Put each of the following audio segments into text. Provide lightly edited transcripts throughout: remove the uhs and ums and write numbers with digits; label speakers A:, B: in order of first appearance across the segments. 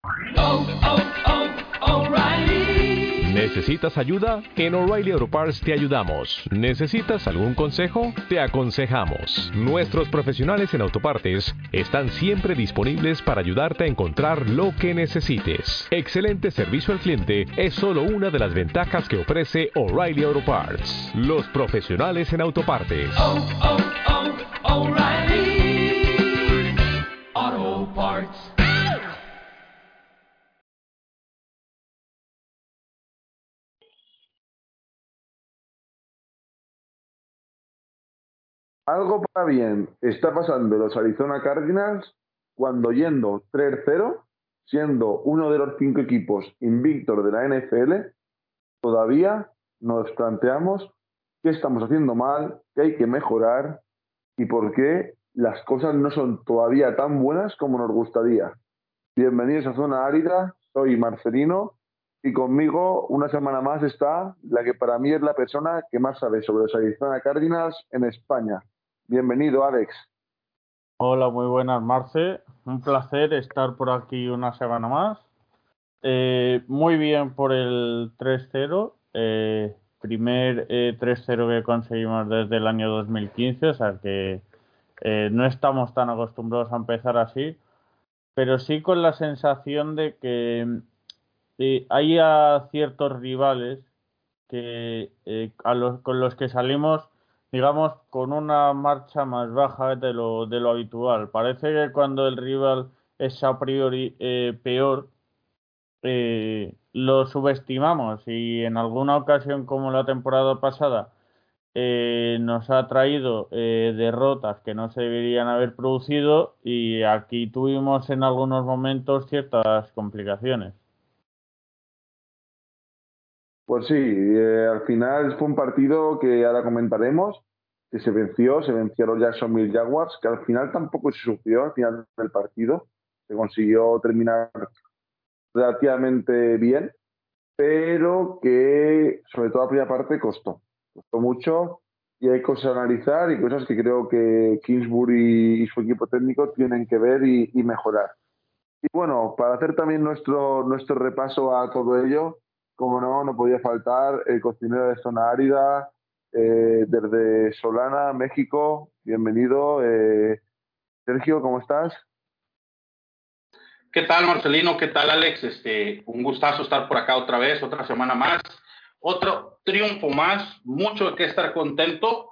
A: O'Reilly.
B: ¿Necesitas ayuda? En O'Reilly Auto Parts te ayudamos. ¿Necesitas algún consejo? Te aconsejamos. Nuestros profesionales en autopartes están siempre disponibles para ayudarte a encontrar lo que necesites. Excelente servicio al cliente es solo una de las ventajas que ofrece O'Reilly Auto Parts. Los profesionales en autopartes.
A: O'Reilly Auto Parts.
C: Algo para bien está pasando los Arizona Cardinals cuando yendo 3-0, siendo uno de los 5 equipos invictos de la NFL, todavía nos planteamos qué estamos haciendo mal, qué hay que mejorar y por qué las cosas no son todavía tan buenas como nos gustaría. Bienvenidos a Zona Árida, soy Marcelino y conmigo una semana más está la que para mí es la persona que más sabe sobre los Arizona Cardinals en España. Bienvenido, Alex.
D: Hola, muy buenas, Marce. Un placer estar por aquí una semana más. Muy bien por el 3-0. Primer 3-0 que conseguimos desde el año 2015, o sea que no estamos tan acostumbrados a empezar así, pero sí con la sensación de que hay a ciertos rivales que con los que salimos, digamos, con una marcha más baja de lo habitual. Parece que cuando el rival es a priori peor, lo subestimamos y en alguna ocasión, como la temporada pasada, nos ha traído derrotas que no se deberían haber producido y aquí tuvimos en algunos momentos ciertas complicaciones.
C: Pues sí, al final fue un partido que ahora comentaremos, que se venció a los Jacksonville Jaguars, que al final tampoco se sufrió al final del partido, se consiguió terminar relativamente bien, pero que sobre todo la primera parte costó mucho y hay cosas a analizar y cosas que creo que Kingsbury y su equipo técnico tienen que ver y mejorar. Y bueno, para hacer también nuestro repaso a todo ello, como no, no podía faltar el cocinero de Zona Árida, desde Solana, México. Bienvenido. Sergio, ¿cómo estás?
E: ¿Qué tal, Marcelino? ¿Qué tal, Alex? Un gustazo estar por acá otra vez, otra semana más, otro triunfo más, mucho de qué estar contento,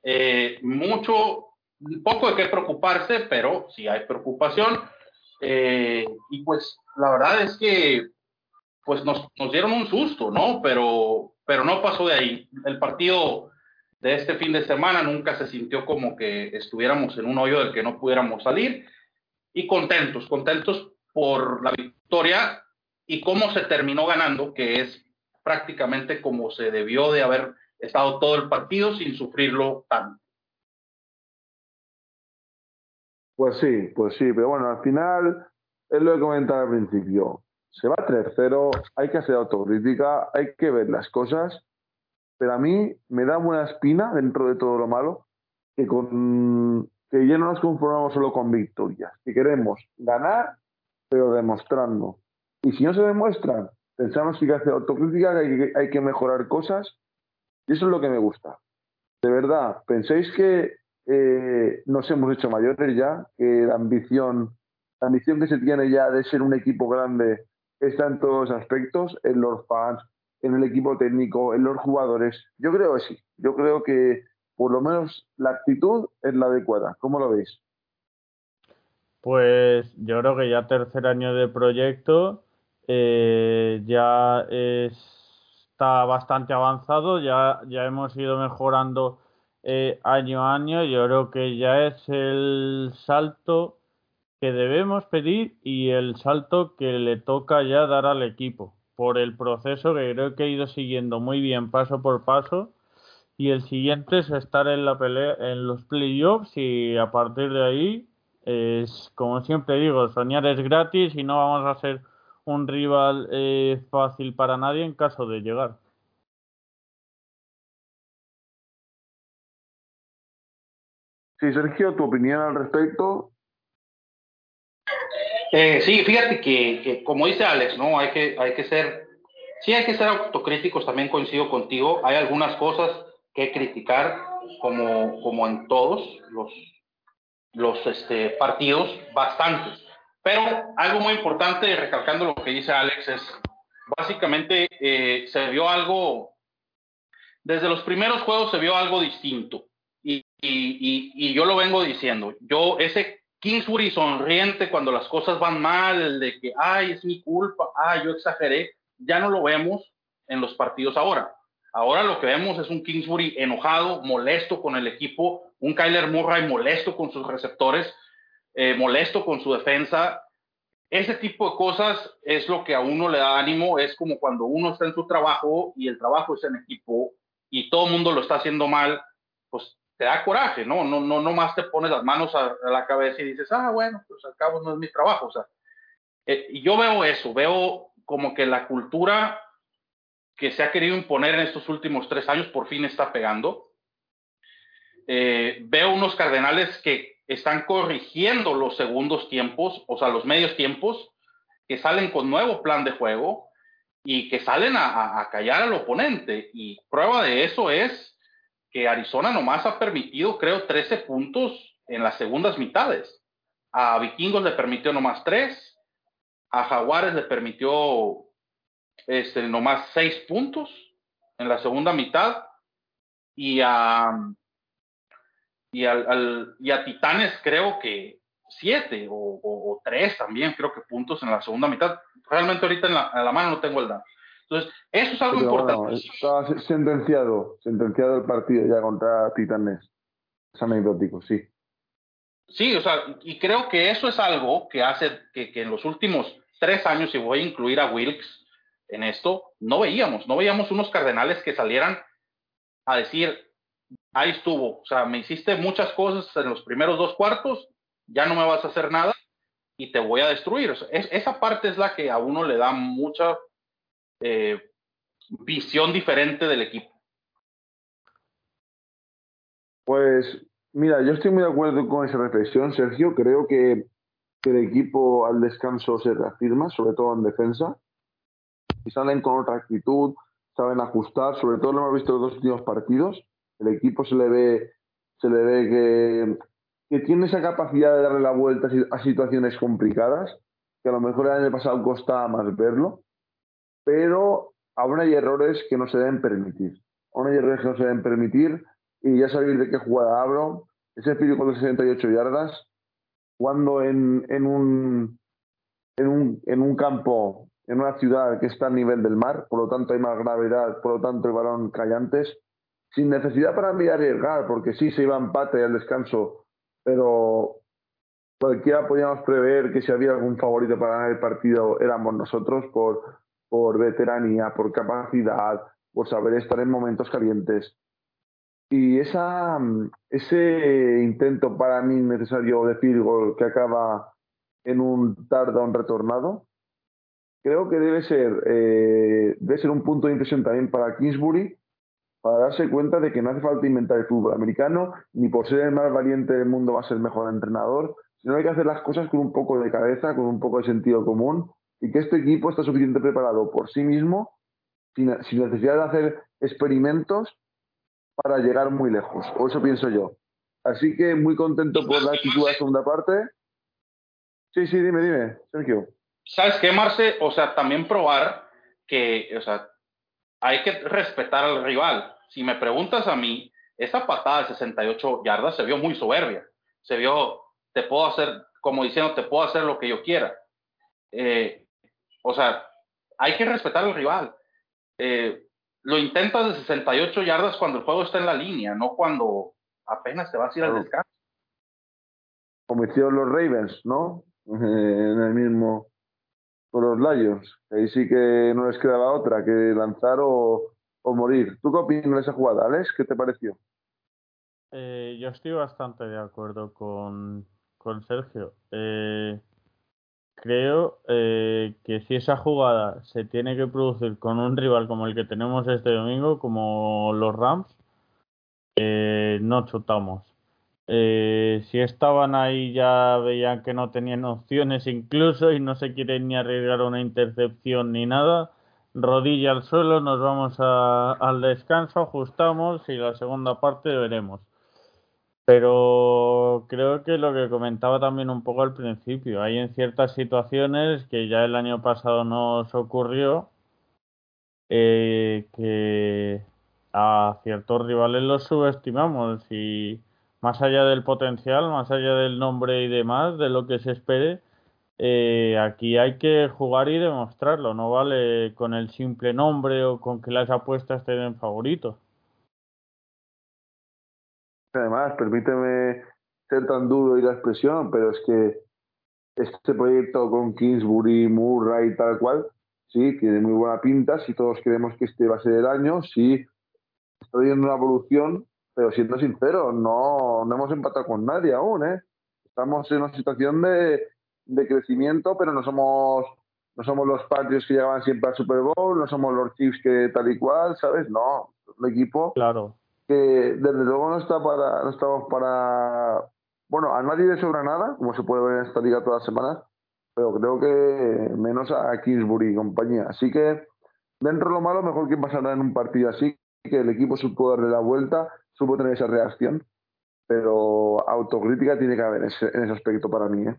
E: poco de qué preocuparse, pero sí hay preocupación. Y pues la verdad es que pues nos dieron un susto, ¿no? Pero no pasó de ahí. El partido de este fin de semana nunca se sintió como que estuviéramos en un hoyo del que no pudiéramos salir y contentos por la victoria y cómo se terminó ganando, que es prácticamente como se debió de haber estado todo el partido sin sufrirlo tanto.
C: Pues sí, pero bueno, al final es lo que comentaba al principio. Se va 3-0, hay que hacer autocrítica, hay que ver las cosas, pero a mí me da buena espina dentro de todo lo malo que ya no nos conformamos solo con victorias, que queremos ganar, pero demostrando. Y si no se demuestran, pensamos que hay que hacer autocrítica, hay que mejorar cosas, y eso es lo que me gusta. De verdad, ¿pensáis que nos hemos hecho mayores ya? Que la ambición que se tiene ya de ser un equipo grande está en todos los aspectos, en los fans, en el equipo técnico, en los jugadores. Yo creo que sí. Yo creo que por lo menos la actitud es la adecuada. ¿Cómo lo veis?
D: Pues yo creo que ya tercer año de proyecto, ya está bastante avanzado, ya hemos ido mejorando año a año. Yo creo que ya es el salto que debemos pedir y el salto que le toca ya dar al equipo por el proceso que creo que ha ido siguiendo muy bien paso por paso. Y el siguiente es estar en la pelea, en los playoffs y a partir de ahí es, como siempre digo, soñar es gratis y no vamos a ser un rival fácil para nadie en caso de llegar.
C: Sí, Sergio, tu opinión al respecto.
E: Sí, fíjate que como dice Alex, ¿no? Hay que ser autocríticos, también coincido contigo. Hay algunas cosas que criticar, como en todos los partidos, bastantes. Pero algo muy importante, recalcando lo que dice Alex, es básicamente se vio algo, desde los primeros juegos se vio algo distinto. Y yo lo vengo diciendo. Ese Kingsbury sonriente cuando las cosas van mal, el de que, ay, es mi culpa, ay, yo exageré, ya no lo vemos en los partidos ahora. Ahora lo que vemos es un Kingsbury enojado, molesto con el equipo, un Kyler Murray molesto con sus receptores, molesto con su defensa. Ese tipo de cosas es lo que a uno le da ánimo. Es como cuando uno está en su trabajo y el trabajo es en equipo y todo el mundo lo está haciendo mal, pues te da coraje, ¿no? No más te pones las manos a la cabeza y dices, bueno, pues al cabo no es mi trabajo. O sea, y yo veo eso, veo como que la cultura que se ha querido imponer en estos últimos 3 años por fin está pegando. Veo unos Cardenales que están corrigiendo los segundos tiempos, o sea, los medios tiempos, que salen con nuevo plan de juego y que salen a callar al oponente. Y prueba de eso es que Arizona nomás ha permitido, creo, 13 puntos en las segundas mitades. A Vikingos le permitió nomás 3, a Jaguares le permitió nomás 6 puntos en la segunda mitad y a Titanes creo que 7 o 3 también, creo que puntos en la segunda mitad. Realmente ahorita en la mano no tengo el dato. Entonces, eso es algo
C: Pero
E: importante.
C: bueno, estaba sentenciado el partido ya contra Titanes. Es anecdótico, sí.
E: Sí, o sea, y creo que eso es algo que hace que en los últimos 3 años, y voy a incluir a Wilkes en esto, no veíamos unos Cardenales que salieran a decir, ahí estuvo, o sea, me hiciste muchas cosas en los primeros 2 cuartos, ya no me vas a hacer nada y te voy a destruir. O sea, esa parte es la que a uno le da mucha visión diferente del equipo.
C: Pues mira, yo estoy muy de acuerdo con esa reflexión, Sergio. Creo que el equipo al descanso se reafirma, sobre todo en defensa, y salen con otra actitud, saben ajustar, sobre todo lo hemos visto en los dos últimos partidos. El equipo se le ve que tiene esa capacidad de darle la vuelta a situaciones complicadas, que a lo mejor el año pasado costaba más verlo, pero aún hay errores que no se deben permitir. Aún hay errores que no se deben permitir, y ya sabéis de qué jugada hablo. Ese field goal de 68 yardas, cuando en un campo, en una ciudad que está a nivel del mar, por lo tanto hay más gravedad, por lo tanto el balón cae antes, sin necesidad para mí de arriesgar, porque sí se iba a empate al descanso, pero cualquiera podíamos prever que si había algún favorito para ganar el partido éramos nosotros por veteranía, por capacidad, por saber estar en momentos calientes. Y ese intento para mí necesario de field goal que acaba en un touchdown retornado, creo que debe ser un punto de impresión también para Kingsbury, para darse cuenta de que no hace falta inventar el fútbol americano, ni por ser el más valiente del mundo va a ser el mejor entrenador, sino hay que hacer las cosas con un poco de cabeza, con un poco de sentido común, y que este equipo está suficientemente preparado por sí mismo, sin necesidad de hacer experimentos para llegar muy lejos, o eso pienso yo. Así que muy contento por la actitud de la segunda parte. Sí, sí, dime, Sergio.
E: ¿Sabes qué, Marce? O sea, también probar que, o sea, hay que respetar al rival. Si me preguntas a mí, esa patada de 68 yardas se vio muy soberbia. Se vio, te puedo hacer, como diciendo, te puedo hacer lo que yo quiera. Eh, o sea, hay que respetar al rival. Eh, lo intentas de 68 yardas cuando el juego está en la línea, no cuando apenas te vas a ir al
C: Bueno,
E: descanso.
C: como hicieron los Ravens, ¿no? En el mismo con los Lions. Ahí sí que no les quedaba otra que lanzar o morir. ¿Tú qué opinas de esa jugada, Alex? ¿Qué te pareció?
D: Yo estoy bastante de acuerdo con Sergio. Creo que si esa jugada se tiene que producir con un rival como el que tenemos este domingo, como los Rams, no chutamos. Si estaban ahí ya veían que no tenían opciones incluso y no se quieren ni arriesgar una intercepción ni nada. Rodilla al suelo, nos vamos al descanso, ajustamos y la segunda parte veremos. Pero creo que lo que comentaba también un poco al principio, hay en ciertas situaciones que ya el año pasado nos ocurrió, que a ciertos rivales los subestimamos y más allá del potencial, más allá del nombre y demás, de lo que se espere, aquí hay que jugar y demostrarlo, no vale con el simple nombre o con que las apuestas te den favorito.
C: Además, permíteme ser tan duro y la expresión, pero es que este proyecto con Kingsbury, Murray y tal cual, sí, tiene muy buena pinta. Si todos creemos que este va a ser el año, sí, está viendo una evolución, pero siendo sincero, no hemos empatado con nadie aún, ¿eh? Estamos en una situación de crecimiento, pero no somos los Patriots que llegaban siempre al Super Bowl, no somos los Chiefs que tal y cual, ¿sabes? No, un equipo
D: Claro,
C: que desde luego no estamos para, bueno, a nadie le sobra nada, como se puede ver en esta liga todas las semanas, pero creo que menos a Kingsbury y compañía. Así que dentro de lo malo, mejor que pasará en un partido así, que el equipo supo darle la vuelta, supo tener esa reacción, pero autocrítica tiene que haber en ese aspecto para mí, ¿eh?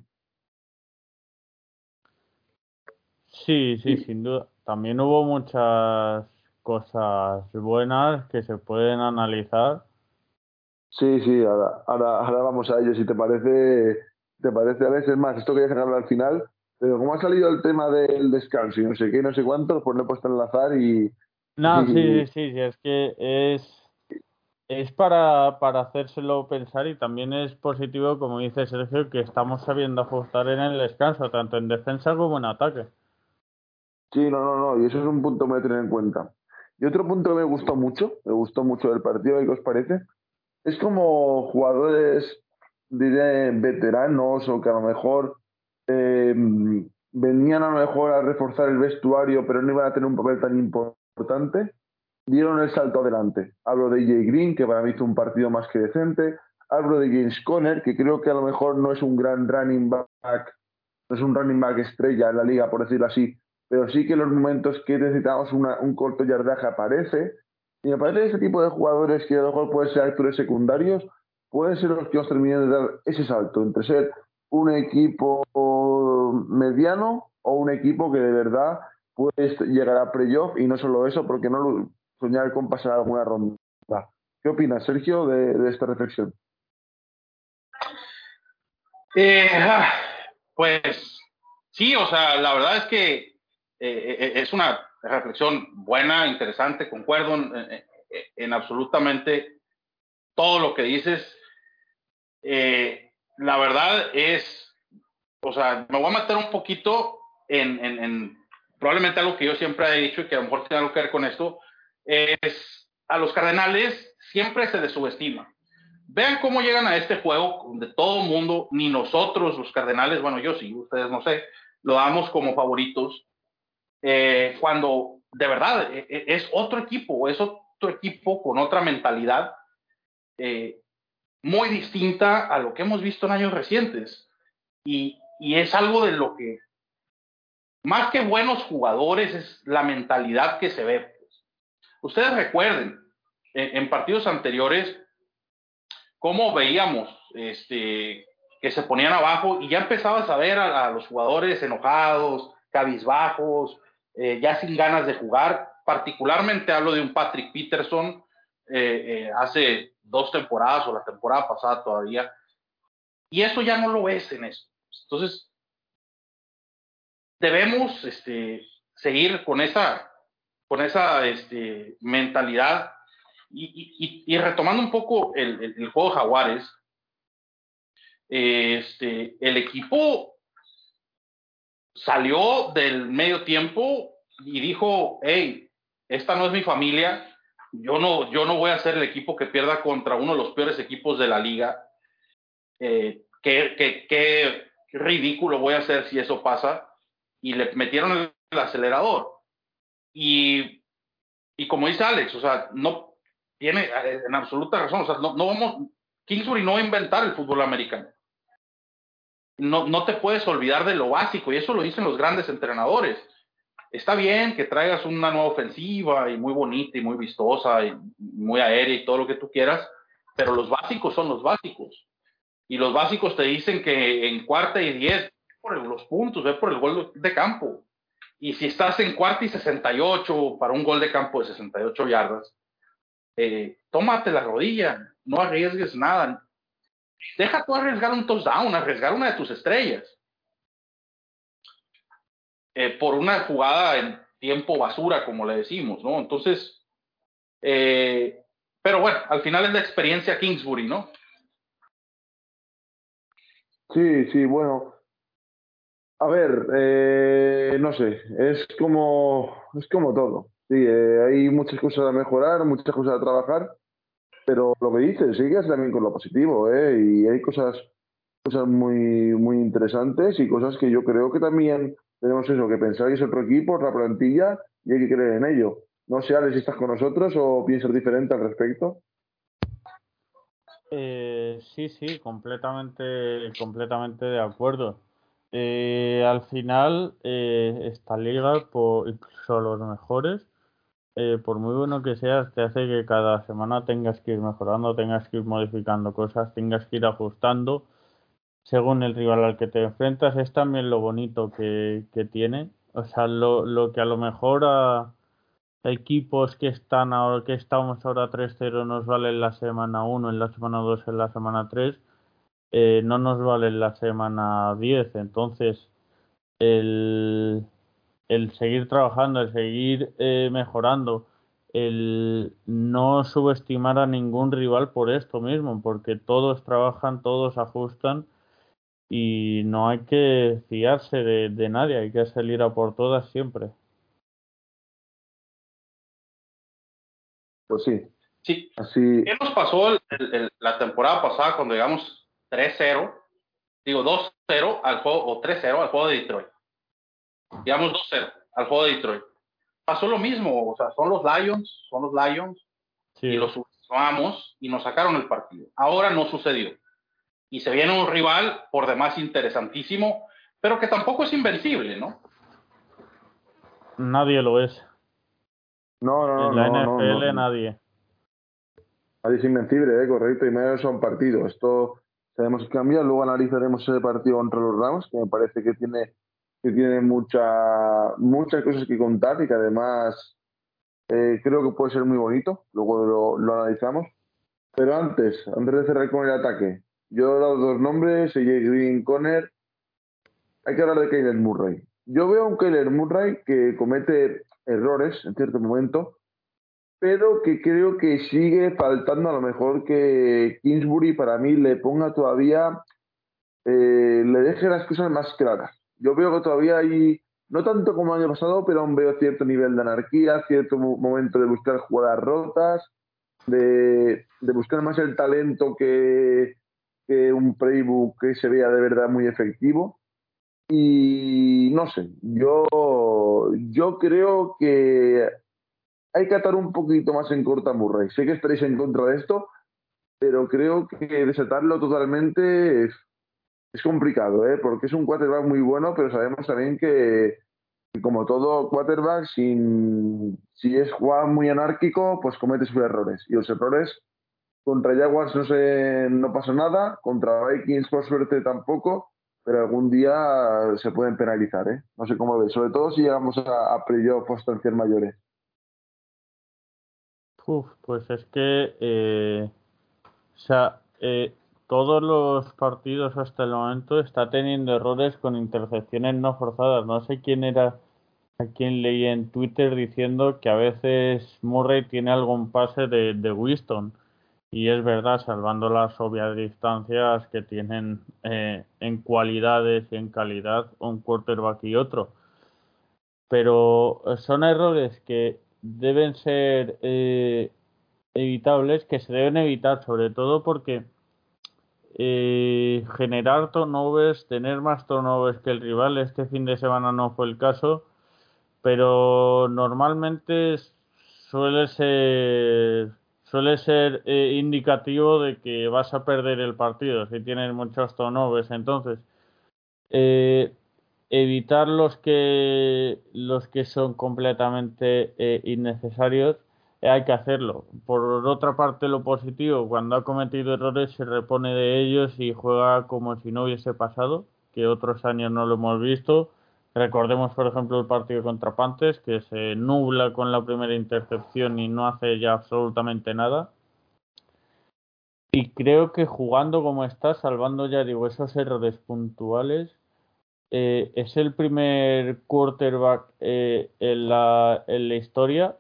D: sí, sí,
C: Y
D: sin duda. También hubo muchas cosas buenas que se pueden analizar.
C: sí, sí, ahora vamos a ello, si te parece, Alex. Es más, esto quería sacarlo al final, pero como ha salido el tema del descanso y no sé qué, no sé cuánto, pues lo he puesto a enlazar
D: No, sí,
C: y
D: sí, sí, sí, es que es para hacérselo pensar y también es positivo, como dice Sergio, que estamos sabiendo ajustar en el descanso, tanto en defensa como en ataque.
C: sí, no, no, no, y eso es un punto que voy a tener en cuenta. Y otro punto que me gustó mucho del partido, ¿qué os parece? Es como jugadores, diré, veteranos o que a lo mejor eh, venían a lo mejor a reforzar el vestuario, pero no iban a tener un papel tan importante, dieron el salto adelante. Hablo de Jay Green, que para mí hizo un partido más que decente. Hablo de James Conner, que creo que a lo mejor no es un gran running back, no es un running back estrella en la liga, por decirlo así, pero sí que en los momentos que necesitamos un corto yardaje aparece. Y me parece que ese tipo de jugadores que a lo mejor pueden ser actores secundarios, pueden ser los que nos terminen de dar ese salto entre ser un equipo mediano o un equipo que de verdad puede llegar a playoff y no solo eso, porque no soñar con pasar alguna ronda. ¿Qué opinas, Sergio, de esta reflexión?
E: Eh, ah, pues sí, o sea, la verdad es que es una reflexión buena, interesante, concuerdo en absolutamente todo lo que dices. La verdad es, o sea, me voy a meter un poquito en probablemente algo que yo siempre he dicho y que a lo mejor tiene algo que ver con esto, es a los Cardenales siempre se les subestima. Vean cómo llegan a este juego de todo el mundo, ni nosotros los Cardenales, bueno, yo sí, ustedes no sé, lo damos como favoritos, cuando de verdad es otro equipo con otra mentalidad, eh, muy distinta a lo que hemos visto en años recientes. Y es algo de lo que, más que buenos jugadores, es la mentalidad que se ve. Ustedes recuerden, en partidos anteriores, cómo veíamos que se ponían abajo y ya empezabas a ver a los jugadores enojados, cabizbajos, ya sin ganas de jugar. Particularmente hablo de un Patrick Peterson hace 2 temporadas o la temporada pasada todavía. Y eso ya no lo ves en eso. Entonces, debemos seguir con esa mentalidad y retomando un poco el juego de Jaguares, el equipo salió del medio tiempo y dijo, hey, esta no es mi familia, yo no voy a ser el equipo que pierda contra uno de los peores equipos de la liga, qué ridículo voy a hacer si eso pasa, y le metieron el acelerador. Y como dice Alex, o sea, no tiene en absoluta razón, o sea, no vamos, Kingsbury no va a inventar el fútbol americano. No te puedes olvidar de lo básico, y eso lo dicen los grandes entrenadores. Está bien que traigas una nueva ofensiva y muy bonita y muy vistosa y muy aérea y todo lo que tú quieras, pero los básicos son los básicos. Y los básicos te dicen que en 4ª y 10, por los puntos, ve por el gol de campo. Y si estás en 4ª y 68 para un gol de campo de 68 yardas, tómate la rodilla, no arriesgues nada. Deja tú arriesgar un touchdown, arriesgar una de tus estrellas. Por una jugada en tiempo basura, como le decimos, ¿no? Entonces, pero bueno, al final es la experiencia Kingsbury, ¿no?
C: Sí, bueno. A ver, no sé, es como todo. Sí, hay muchas cosas a mejorar, muchas cosas a trabajar, pero lo que dices, sigues también con lo positivo, ¿eh? Y hay cosas muy, muy interesantes y cosas que yo creo que también tenemos eso, que pensar que es otro equipo, otra plantilla y hay que creer en ello. No sé, Alex, si estás con nosotros o piensas diferente al respecto.
D: Sí, completamente de acuerdo. Al final, esta liga, incluso los mejores, por muy bueno que seas, te hace que cada semana tengas que ir mejorando, tengas que ir modificando cosas, tengas que ir ajustando según el rival al que te enfrentas. Es también lo bonito que tiene. O sea, lo que a lo mejor a equipos que estamos ahora 3-0 nos vale en la semana 1, en la semana 2, en la semana 3, no nos vale en la semana 10. Entonces, el, el seguir trabajando, el seguir mejorando, el no subestimar a ningún rival por esto mismo, porque todos trabajan, todos ajustan y no hay que fiarse de nadie, hay que salir a por todas siempre.
C: Pues sí,
E: Sí.
C: así,
E: ¿Qué nos pasó la temporada pasada cuando llegamos 3-0? Digo 2-0 al juego, o 3-0 al juego de Detroit. Llegamos 2-0 al juego de Detroit. Pasó lo mismo, o sea, son los Lions, y
D: Sí.
E: los subestimamos y nos sacaron el partido. Ahora no sucedió. Y se viene un rival por demás interesantísimo, pero que tampoco es invencible, ¿no?
D: Nadie lo es.
C: no, no,
D: En la
C: no, no, no,
D: NFL
C: no.
D: nadie.
C: Nadie es invencible, correcto, y menos son partidos. Esto tenemos que cambiar. Luego analizaremos ese partido contra los Rams, que me parece que tiene muchas cosas que contar y que además creo que puede ser muy bonito. Luego lo analizamos. Pero antes de cerrar con el ataque, yo he dado dos nombres, AJ Green, Conner. Hay que hablar de Kyler Murray. Yo veo a un Kyler Murray que comete errores en cierto momento, pero que creo que sigue faltando a lo mejor que Kingsbury para mí le ponga todavía, le deje las cosas más claras. Yo veo que todavía hay, no tanto como el año pasado, pero aún veo cierto nivel de anarquía, cierto momento de buscar jugadas rotas, de buscar más el talento que un playbook que se vea de verdad muy efectivo. Y no sé, yo creo que hay que atar un poquito más en corta a Murray. Sé que estaréis en contra de esto, pero creo que desatarlo totalmente es complicado, ¿eh? Porque es un quarterback muy bueno, pero sabemos también que como todo quarterback, si es jugar muy anárquico, pues comete sus errores. Y los errores contra Jaguars no pasa nada, contra Vikings por suerte tampoco, pero algún día se pueden penalizar, ¿eh? No sé cómo ves, sobre todo si llegamos a playoff o estancias mayores.
D: Pues es que, o sea, todos los partidos hasta el momento está teniendo errores con intercepciones no forzadas. No sé quién era, a quién leí en Twitter diciendo que a veces Murray tiene algún pase de Winston. Y es verdad, salvando las obvias distancias que tienen en cualidades y en calidad un quarterback y otro. Pero son errores que deben ser evitables, que se deben evitar, sobre todo porque generar turnovers, tener más turnovers que el rival, este fin de semana no fue el caso, pero normalmente suele ser suele ser indicativo de que vas a perder el partido si tienes muchos turnovers. Entonces, evitar los que son completamente innecesarios, hay que hacerlo. Por otra parte, lo positivo, cuando ha cometido errores se repone de ellos y juega como si no hubiese pasado, que otros años no lo hemos visto. Recordemos, por ejemplo, el partido contra Panthers, que se nubla con la primera intercepción y no hace ya absolutamente nada. Y creo que jugando como está, salvando, ya digo, esos errores puntuales, es el primer quarterback en la historia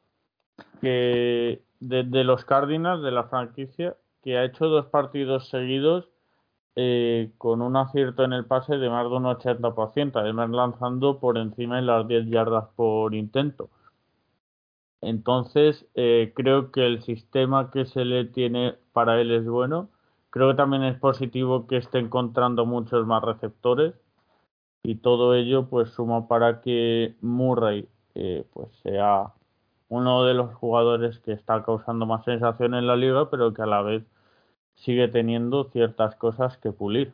D: que de los Cardinals, de la franquicia, que ha hecho 2 partidos seguidos con un acierto en el pase de más de un 80%, además lanzando por encima de las 10 yardas por intento. Entonces, creo que el sistema que se le tiene para él es bueno. Creo que también es positivo que esté encontrando muchos más receptores y todo ello pues suma para que Murray pues sea uno de los jugadores que está causando más sensación en la liga, pero que a la vez sigue teniendo ciertas cosas que pulir.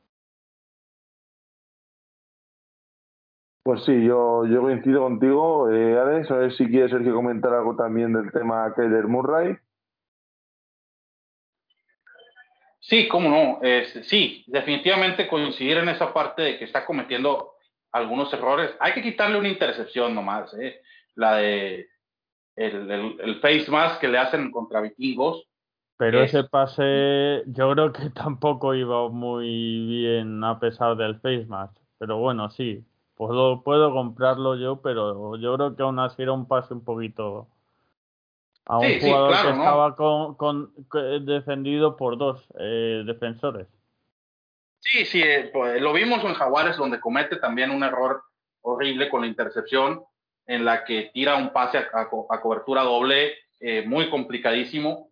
C: Pues sí, yo coincido contigo, Alex. A ver si quiere Sergio comentar algo también del tema Kyler Murray.
E: Sí, cómo no. Sí, definitivamente coincidir en esa parte de que está cometiendo algunos errores. Hay que quitarle una intercepción nomás, la de el face mask que le hacen contra Vikingos.
D: Pero ese pase yo creo que tampoco iba muy bien a pesar del face match. Pero bueno, sí, puedo comprarlo yo, pero yo creo que aún así era un pase un poquito a un
E: Sí, sí,
D: jugador que
E: claro, ¿no?
D: estaba defendido por 2 defensores.
E: Sí, sí, pues, lo vimos en Jaguares donde comete también un error horrible con la intercepción en la que tira un pase a cobertura doble muy complicadísimo.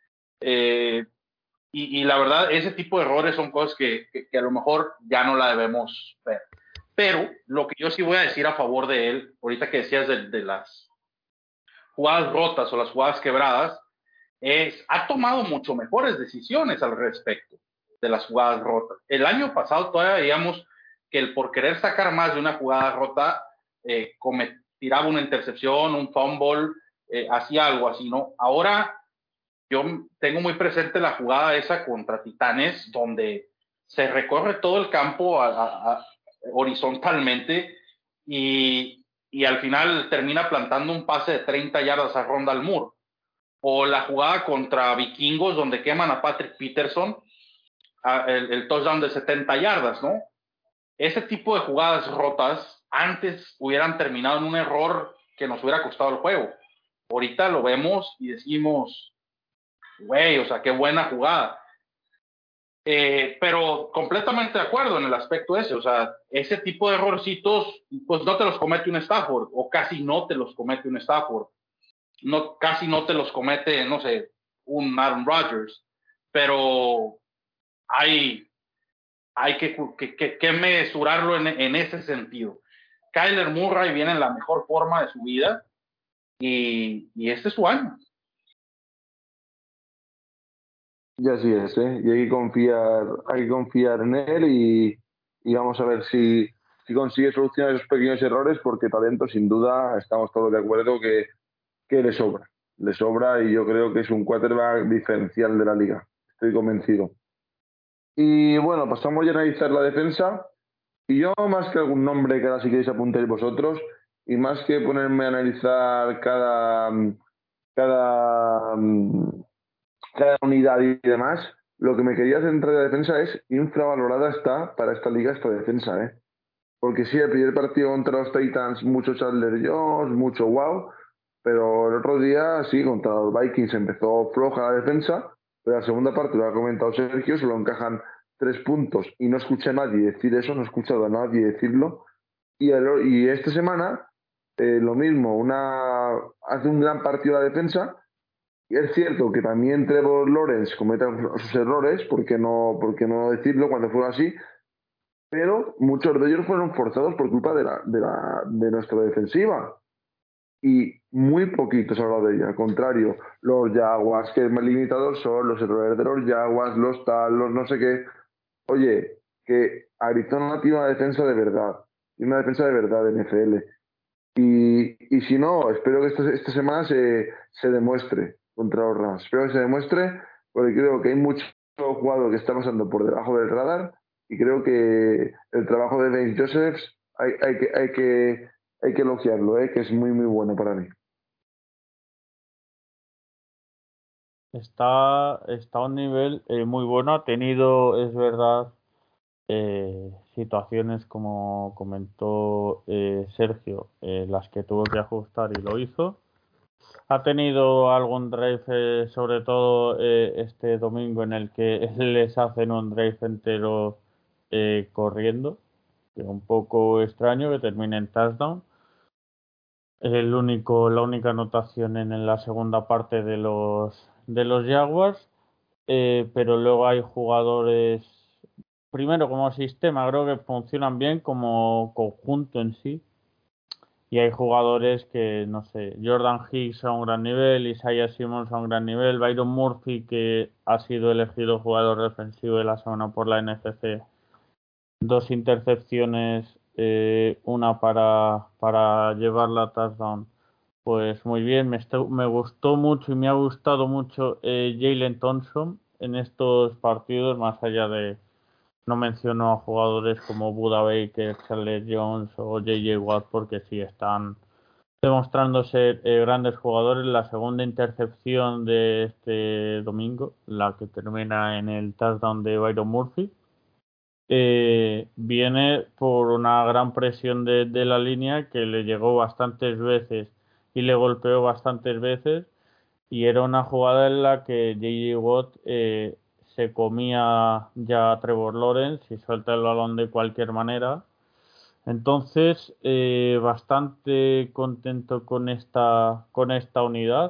E: Y la verdad, ese tipo de errores son cosas que a lo mejor ya no la debemos ver. Pero lo que yo sí voy a decir a favor de él, ahorita que decías de las jugadas rotas o las jugadas quebradas, ha tomado mucho mejores decisiones al respecto de las jugadas rotas. El año pasado todavía veíamos que el por querer sacar más de una jugada rota, tiraba una intercepción, un fumble, hacía algo así, ¿no? Ahora yo tengo muy presente la jugada esa contra Titanes, donde se recorre todo el campo horizontalmente y al final termina plantando un pase de 30 yardas a Rondal Moore. O la jugada contra Vikingos, donde queman a Patrick Peterson, el touchdown de 70 yardas, ¿no? Ese tipo de jugadas rotas antes hubieran terminado en un error que nos hubiera costado el juego. Ahorita lo vemos y decimos, güey, o sea, qué buena jugada. Pero completamente de acuerdo en el aspecto ese, o sea, ese tipo de errorcitos, pues no te los comete un Stafford, o casi no te los comete un Stafford, no, casi no te los comete, no sé, un Aaron Rodgers, pero hay, hay que mesurarlo en ese sentido. Kyler Murray viene en la mejor forma de su vida y este es su año.
C: Y así es, ¿eh? Y hay que confiar en él y vamos a ver si consigue solucionar esos pequeños errores, porque talento, sin duda, estamos todos de acuerdo que le sobra. Le sobra y yo creo que es un quarterback diferencial de la liga. Estoy convencido. Y bueno, pasamos ya a analizar la defensa. Y yo, más que algún nombre que ahora si queréis apuntar vosotros, y más que ponerme a analizar cada, cada unidad y demás, lo que me quería centrar en la defensa es infravalorada está para esta liga esta defensa, ¿eh? Porque sí, el primer partido contra los Titans, mucho Chandler Jones, mucho wow, pero el otro día sí, contra los Vikings empezó floja la defensa, pero la segunda parte, lo ha comentado Sergio, solo encajan 3 puntos y no escuché a nadie decir eso, no he escuchado a nadie decirlo. Y esta semana, lo mismo, hace un gran partido la defensa. Y es cierto que también Trevor Lawrence comete sus errores, por qué no decirlo cuando fue así? Pero muchos de ellos fueron forzados por culpa de nuestra defensiva. y muy poquito se ha hablado de ella. Al contrario, los Jaguars, que más limitados son los errores de los Jaguars, los tal, los no sé qué. Oye, que Arizona tiene una defensa de verdad, tiene una defensa de verdad de NFL. Y si no, espero que esta semana se demuestre contra los Rams. Espero que se demuestre, porque creo que hay mucho jugador que está pasando por debajo del radar y creo que el trabajo de Dave Josephs hay que elogiarlo, que es muy, muy bueno para mí.
D: Está a un nivel muy bueno. Ha tenido, es verdad, situaciones como comentó Sergio, las que tuvo que ajustar y lo hizo. Ha tenido algún drive, sobre todo este domingo, en el que les hacen un drive entero corriendo, que es un poco extraño que termine en touchdown. La única anotación en la segunda parte de los Jaguars, pero luego hay jugadores, primero como sistema, creo que funcionan bien como conjunto en sí. Y hay jugadores que, no sé, Jordan Hicks a un gran nivel, Isaiah Simmons a un gran nivel, Byron Murphy, que ha sido elegido jugador defensivo de la semana por la NFC, 2 intercepciones, una para llevarla a touchdown. Pues muy bien, me gustó mucho y me ha gustado mucho Jalen Thompson en estos partidos, más allá de, no menciono a jugadores como Buda Baker, Charles Jones o J.J. Watt porque sí están demostrando ser grandes jugadores. La segunda intercepción de este domingo, la que termina en el touchdown de Byron Murphy, viene por una gran presión de la línea que le llegó bastantes veces y le golpeó bastantes veces, y era una jugada en la que J.J. Watt se comía ya a Trevor Lawrence y suelta el balón de cualquier manera. Entonces, bastante contento con esta unidad.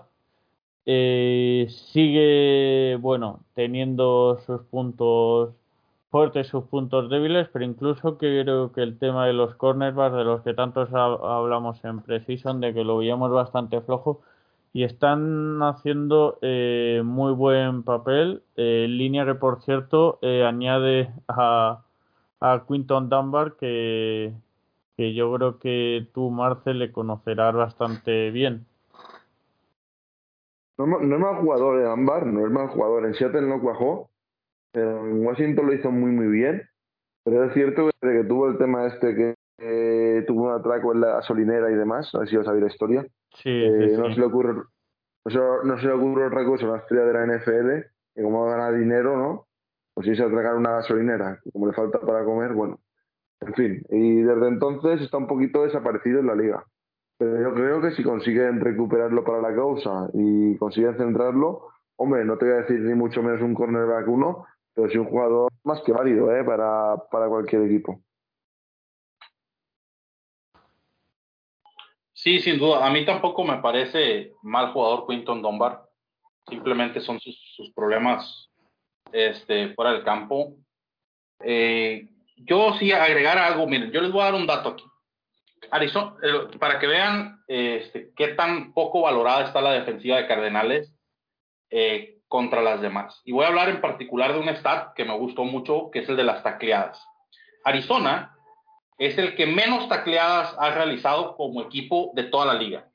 D: Sigue, bueno, teniendo sus puntos fuertes, sus puntos débiles, pero incluso creo que el tema de los cornerbacks, de los que tantos hablamos en Precision, de que lo veíamos bastante flojo, y están haciendo muy buen papel. Línea que, por cierto, añade a Quinton Dunbar, que yo creo que tú, Marcel, le conocerás bastante bien.
C: No es mal jugador en Ámbar, no es mal jugador. En Seattle no cuajó, pero en Washington lo hizo muy, muy bien. Pero es cierto que desde que tuvo el tema este que tuvo un atraco en la gasolinera y demás, a ver si os sabéis la historia,
D: Sí, sí,
C: no se
D: sí.
C: le ocurre, no se le ocurre otra cosa a una estrella de la NFL, que como gana dinero, ¿no? Pues irse a atracar una gasolinera, que como le falta para comer, bueno, en fin. Y desde entonces está un poquito desaparecido en la liga. Pero yo creo que si consiguen recuperarlo para la causa y consiguen centrarlo, hombre, no te voy a decir ni mucho menos un cornerback uno, pero sí un jugador más que válido, para cualquier equipo.
E: Sí, sin duda. A mí tampoco me parece mal jugador Quinton Dunbar. Simplemente son sus problemas fuera del campo. Yo sí agregar algo, miren, yo les voy a dar un dato aquí. Arizona, para que vean qué tan poco valorada está la defensiva de Cardenales contra las demás. Y voy a hablar en particular de un stat que me gustó mucho, que es el de las tacleadas. Arizona es el que menos tacleadas ha realizado como equipo de toda la liga.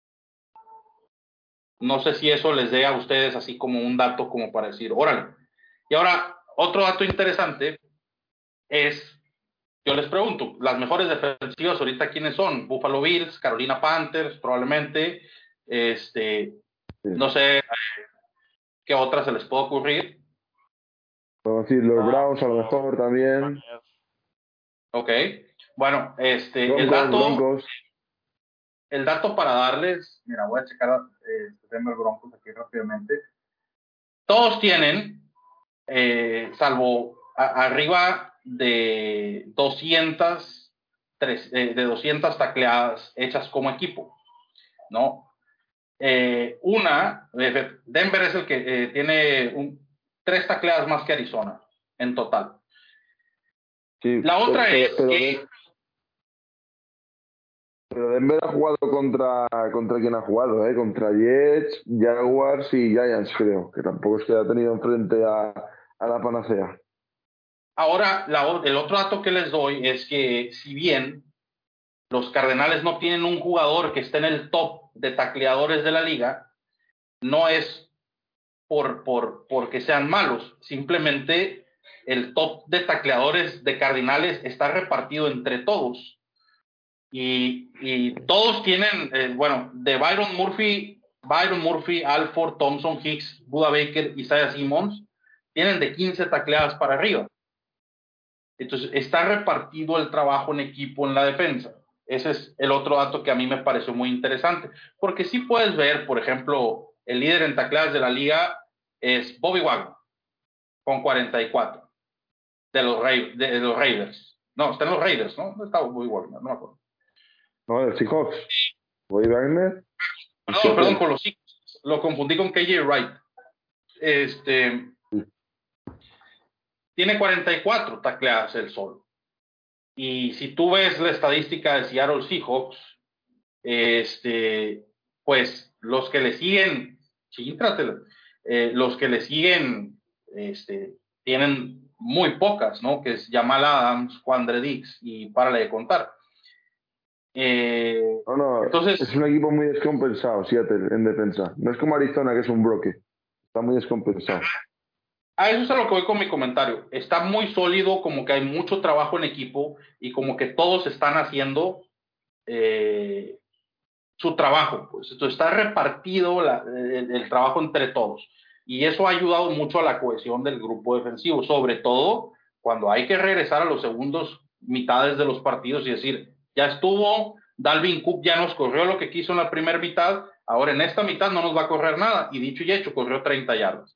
E: No sé si eso les dé a ustedes así como un dato como para decir, órale. Y ahora, otro dato interesante es, yo les pregunto, las mejores defensivas ahorita, ¿quiénes son? Buffalo Bills, Carolina Panthers, probablemente.
C: Sí.
E: No sé qué otras se les puede ocurrir.
C: Bueno, sí, los Browns a lo mejor también.
E: Ok. Bueno,
C: Broncos.
E: el dato para darles, mira, voy a checar Denver Broncos aquí rápidamente. Todos tienen, salvo arriba de 200 tacleadas hechas como equipo, ¿no? Denver es el que tiene 3 tacleadas más que Arizona en total.
C: Sí,
E: La otra es que
C: Pero Denver ha jugado contra quién ha jugado, ¿eh? Contra Jets, Jaguars y Giants, creo. Que tampoco es que haya tenido enfrente a la panacea.
E: Ahora, el otro dato que les doy es que si bien los Cardenales no tienen un jugador que esté en el top de tacleadores de la liga, no es porque sean malos, simplemente el top de tacleadores de Cardinales está repartido entre todos y todos tienen, bueno, de Byron Murphy, Alford, Thompson, Hicks, Buda Baker, Isaiah Simmons, tienen de 15 tacleadas para arriba. Entonces, está repartido el trabajo en equipo en la defensa. Ese es el otro dato que a mí me pareció muy interesante. Porque sí puedes ver, por ejemplo, el líder en tacleadas de la liga es Bobby Wagner, con 44, de los Raiders. No, está en los Raiders, ¿no? No está Bobby Wagner, no me acuerdo.
C: No, el Seahawks. Boy Wagner.
E: Perdón, con los Seahawks. Lo confundí con KJ Wright. Tiene 44 tacleadas él solo. Y si tú ves la estadística de Seattle Seahawks, pues los que le siguen, sí, los que le siguen, tienen muy pocas, ¿no? Que es Jamal Adams, Quandre Diggs y párale de contar.
C: No,
E: Entonces,
C: es un equipo muy descompensado, Seattle, en defensa. No es como Arizona, que es un bloque. Está muy descompensado.
E: a eso es a lo que voy con mi comentario. Está muy sólido, como que hay mucho trabajo en equipo y como que todos están haciendo su trabajo, pues. Entonces está repartido el trabajo entre todos. Y eso ha ayudado mucho a la cohesión del grupo defensivo, sobre todo cuando hay que regresar a los segundos mitades de los partidos y decir, ya estuvo, Dalvin Cook ya nos corrió lo que quiso en la primera mitad, ahora en esta mitad no nos va a correr nada. Y dicho y hecho, corrió 30 yardas.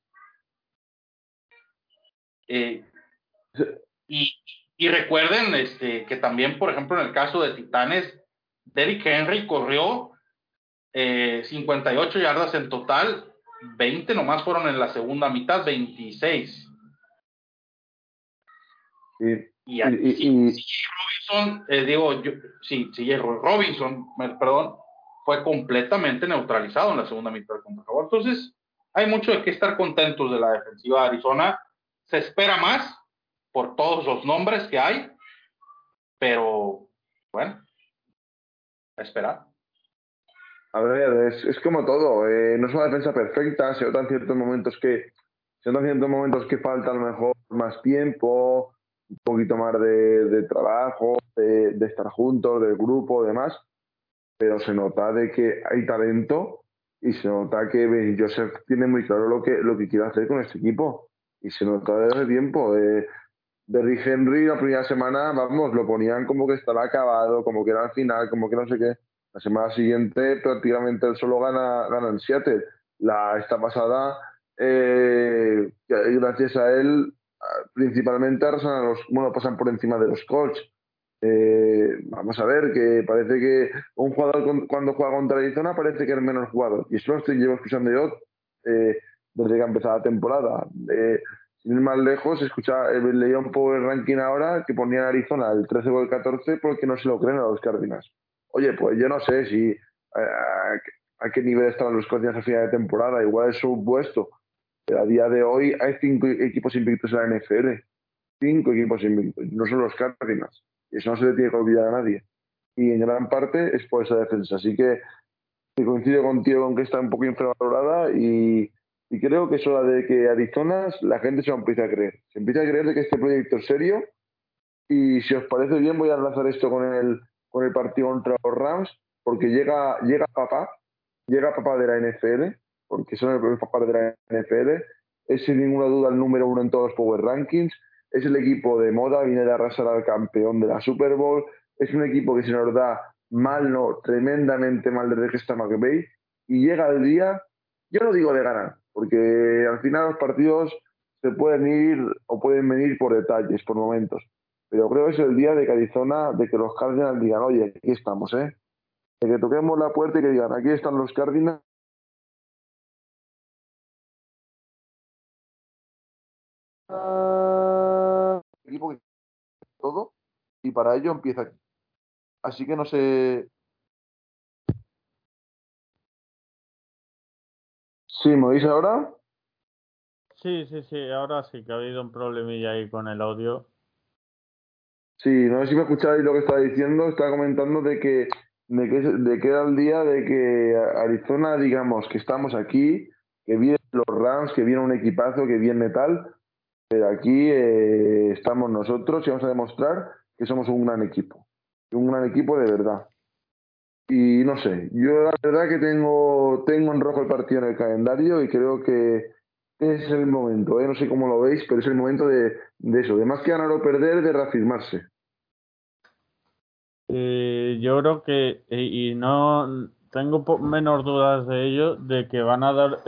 E: Eh, y, y recuerden que también, por ejemplo, en el caso de Titanes, Derrick Henry corrió 58 yardas en total, 20 nomás fueron en la segunda mitad, 26. Y Robinson, Robinson, perdón, fue completamente neutralizado en la segunda mitad contra Jaguars. Entonces, hay mucho de qué estar contentos de la defensiva de Arizona. Se espera más por todos los nombres que hay, pero bueno, a esperar.
C: A ver, es como todo. No es una defensa perfecta. Se notan ciertos momentos que falta a lo mejor más tiempo, un poquito más de trabajo, de estar juntos, del grupo, demás. Pero se nota de que hay talento y se nota que Ben Joseph tiene muy claro lo que quiere hacer con este equipo. Y se nota desde hace tiempo. Derrick Henry la primera semana, vamos, lo ponían como que estaba acabado, como que era al final, como que no sé qué. La semana siguiente prácticamente él solo gana en Seattle. Esta pasada, gracias a él, principalmente pasan por encima de los Colts. Vamos a ver, que parece que un jugador cuando juega contra Arizona parece que es menos jugador. Y eso llevo escuchando yo eh, desde que ha empezado la temporada. Sin ir más lejos, leía un poco el ranking ahora que ponía Arizona el 13 o el 14 porque no se lo creen a los Cardinals. Oye, pues yo no sé si a qué nivel estaban los Cardinals a final de temporada, igual es supuesto, pero a día de hoy hay 5 equipos invictos en la NFL, 5 equipos invictos, no son los Cardinals, y eso no se le tiene que olvidar a nadie. Y en gran parte es por esa defensa, así que coincido contigo con que está un poco infravalorada y creo que es hora de que Arizona la gente se lo empiece a creer. Se empieza a creer de que este proyecto es serio y si os parece bien voy a enlazar esto con el partido contra los Rams porque llega papá de la NFL, porque son el papá de la NFL, es sin ninguna duda el número uno en todos los Power Rankings, es el equipo de moda, viene de arrasar al campeón de la Super Bowl, es un equipo que se nos da mal, no, tremendamente mal desde que está McVay, y llega el día, yo no digo de ganar, porque al final los partidos se pueden ir o pueden venir por detalles, por momentos, pero creo que es el día de que Arizona, de que los Cardinals digan, oye, aquí estamos, de que toquemos la puerta y que digan, aquí están los Cardinals, equipo que todo, y para ello empieza aquí. Así que no sé, Sí, ¿me oís ahora?
D: Sí, sí, sí, ahora sí que ha habido un problemilla ahí con el audio.
C: Sí, no sé si me escucháis lo que estaba diciendo. Estaba comentando de que era el día de que Arizona, digamos, que estamos aquí, que vienen los Rams, que viene un equipazo, que viene tal. Pero aquí estamos nosotros y vamos a demostrar que somos un gran equipo de verdad. Y no sé, yo la verdad que tengo en rojo el partido en el calendario y creo que es el momento, ¿eh? No sé cómo lo veis, pero es el momento de eso, de más que ganar o perder, de reafirmarse.
D: Yo creo que, y no tengo menos dudas de ello, de que van a dar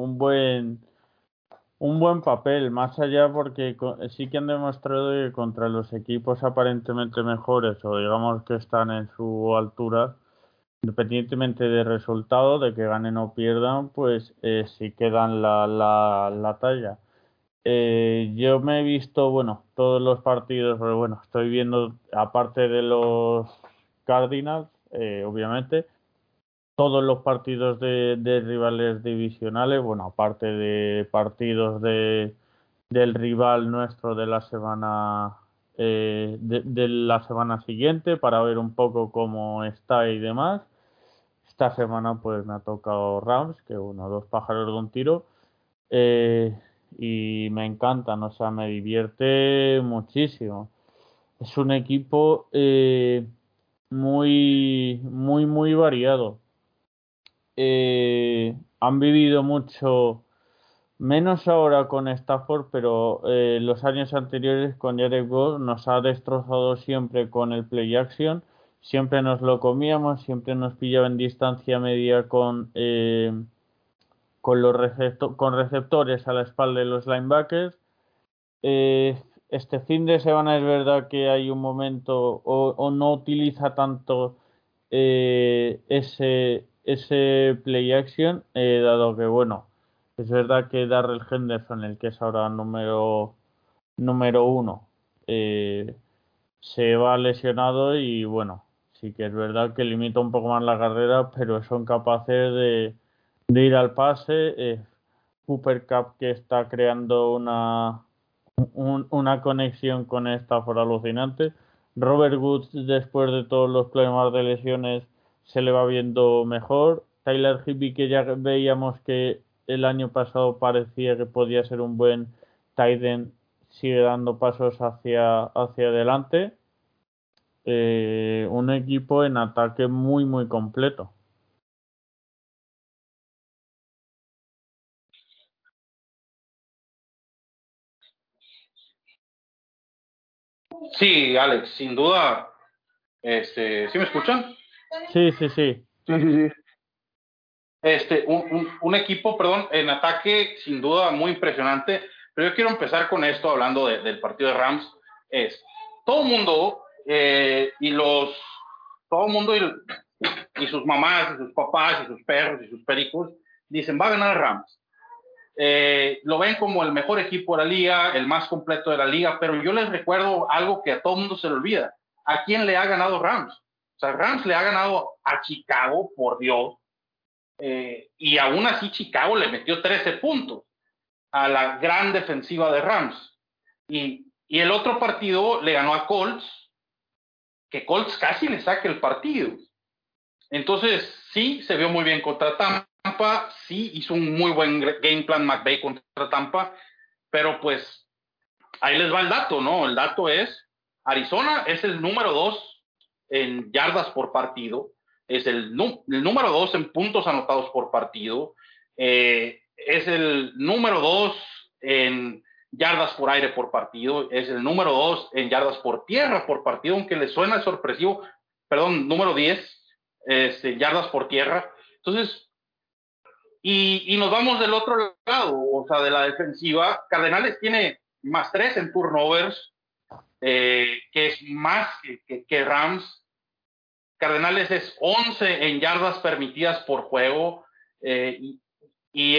D: un buen papel, más allá porque sí que han demostrado que contra los equipos aparentemente mejores o digamos que están en su altura, independientemente del resultado, de que ganen o pierdan, pues sí que dan la talla. Yo me he visto, bueno, todos los partidos, pero bueno, estoy viendo, aparte de los Cardinals, obviamente, todos los partidos de rivales divisionales, bueno, aparte de partidos del rival nuestro de la semana de la semana siguiente para ver un poco cómo está y demás. Esta semana pues me ha tocado Rams, que bueno, dos pájaros de un tiro. eh, y me encantan, o sea, me divierte muchísimo. Es un equipo muy variado. Han vivido mucho, menos ahora con Stafford, pero los años anteriores con Jared Goff nos ha destrozado siempre con el play action. Siempre nos lo comíamos, siempre nos pillaba en distancia media con con receptores a la espalda de los linebackers. Este fin de semana es verdad que hay un momento o no utiliza tanto ese play action, dado que, bueno, es verdad que Darrell Henderson, el que es ahora número uno, se va lesionado y, bueno, sí que es verdad que limita un poco más la carrera, pero son capaces de ir al pase. Cooper Cup que está creando una conexión con Stafford alucinante. Robert Woods, después de todos los problemas de lesiones, se le va viendo mejor. Tyler Higbee, que ya veíamos que el año pasado parecía que podía ser un buen tight end, sigue dando pasos hacia adelante. Un equipo en ataque muy completo.
E: Sí, Alex, sin duda, ¿sí me escuchan?
D: Sí, sí, sí.
C: Sí, sí, sí.
E: Un equipo, perdón, en ataque sin duda muy impresionante, pero yo quiero empezar con esto hablando del partido de Rams. Es todo el mundo todo el mundo y sus mamás y sus papás y sus perros y sus pericos dicen va a ganar Rams. Lo ven como el mejor equipo de la liga, el más completo de la liga, pero yo les recuerdo algo que a todo el mundo se le olvida. ¿A quién le ha ganado Rams? O sea, Rams le ha ganado a Chicago, por Dios, y aún así Chicago le metió 13 puntos a la gran defensiva de Rams. Y el otro partido le ganó a Colts, que Colts casi le saque el partido. Entonces, sí, se vio muy bien contra Tampa, sí hizo un muy buen game plan McVay contra Tampa, pero pues ahí les va el dato, ¿no? El dato es, Arizona es el número 2 en yardas por partido, es el número 2 en puntos anotados por partido, es el número 2 en yardas por aire por partido, es el número 2 en yardas por tierra por partido, aunque les suena sorpresivo, perdón, número 10 yardas por tierra. Entonces, y nos vamos del otro lado, o sea, de la defensiva. Cardenales tiene +3 en turnovers, que es más que Rams. Cardenales es 11 en yardas permitidas por juego, y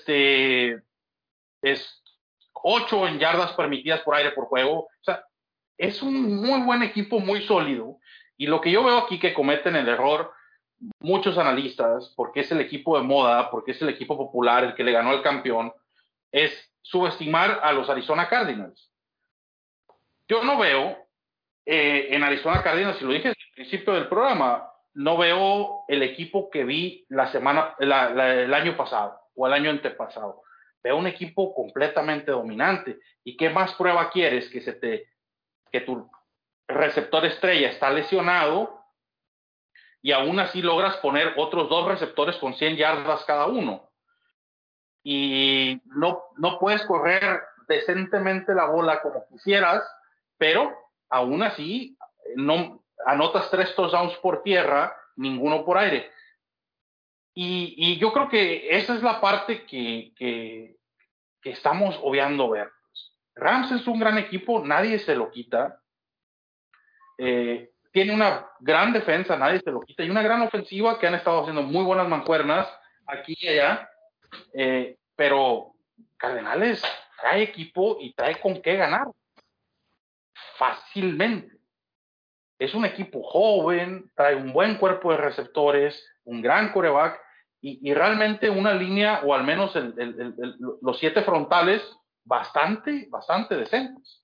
E: es 8 en yardas permitidas por aire por juego. O sea, es un muy buen equipo, muy sólido. Y lo que yo veo aquí que cometen el error muchos analistas, porque es el equipo de moda, porque es el equipo popular, el que le ganó al campeón, es subestimar a los Arizona Cardinals. Yo no veo en Arizona Cardinals, y lo dije al principio del programa, no veo el equipo que vi el año pasado o el año antepasado. Veo un equipo completamente dominante. ¿Y qué más prueba quieres? Que tu receptor estrella está lesionado y aún así logras poner otros 2 receptores con 100 yardas cada uno. Y no puedes correr decentemente la bola como quisieras, pero aún así no anotas 3 touchdowns por tierra, ninguno por aire. Y yo creo que esa es la parte que estamos obviando ver. Rams es un gran equipo, nadie se lo quita. Tiene una gran defensa, nadie se lo quita, y una gran ofensiva que han estado haciendo muy buenas mancuernas aquí y allá. Pero Cardenales trae equipo y trae con qué ganar fácilmente. Es un equipo joven, trae un buen cuerpo de receptores, un gran quarterback y realmente una línea, o al menos los 7 frontales, bastante decentes.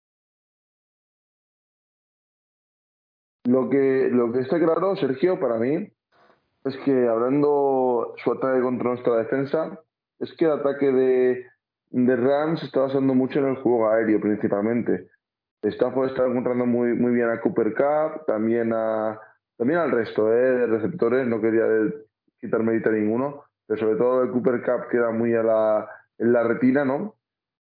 C: Lo que está claro, Sergio, para mí, es que hablando su ataque contra nuestra defensa, es que el ataque de Rams está basando mucho en el juego aéreo principalmente. Stafford está encontrando muy bien a Cooper Cup, también al resto de receptores, no quería quitar mérito a ninguno, pero sobre todo el Cooper Cup queda muy en la retina, ¿no?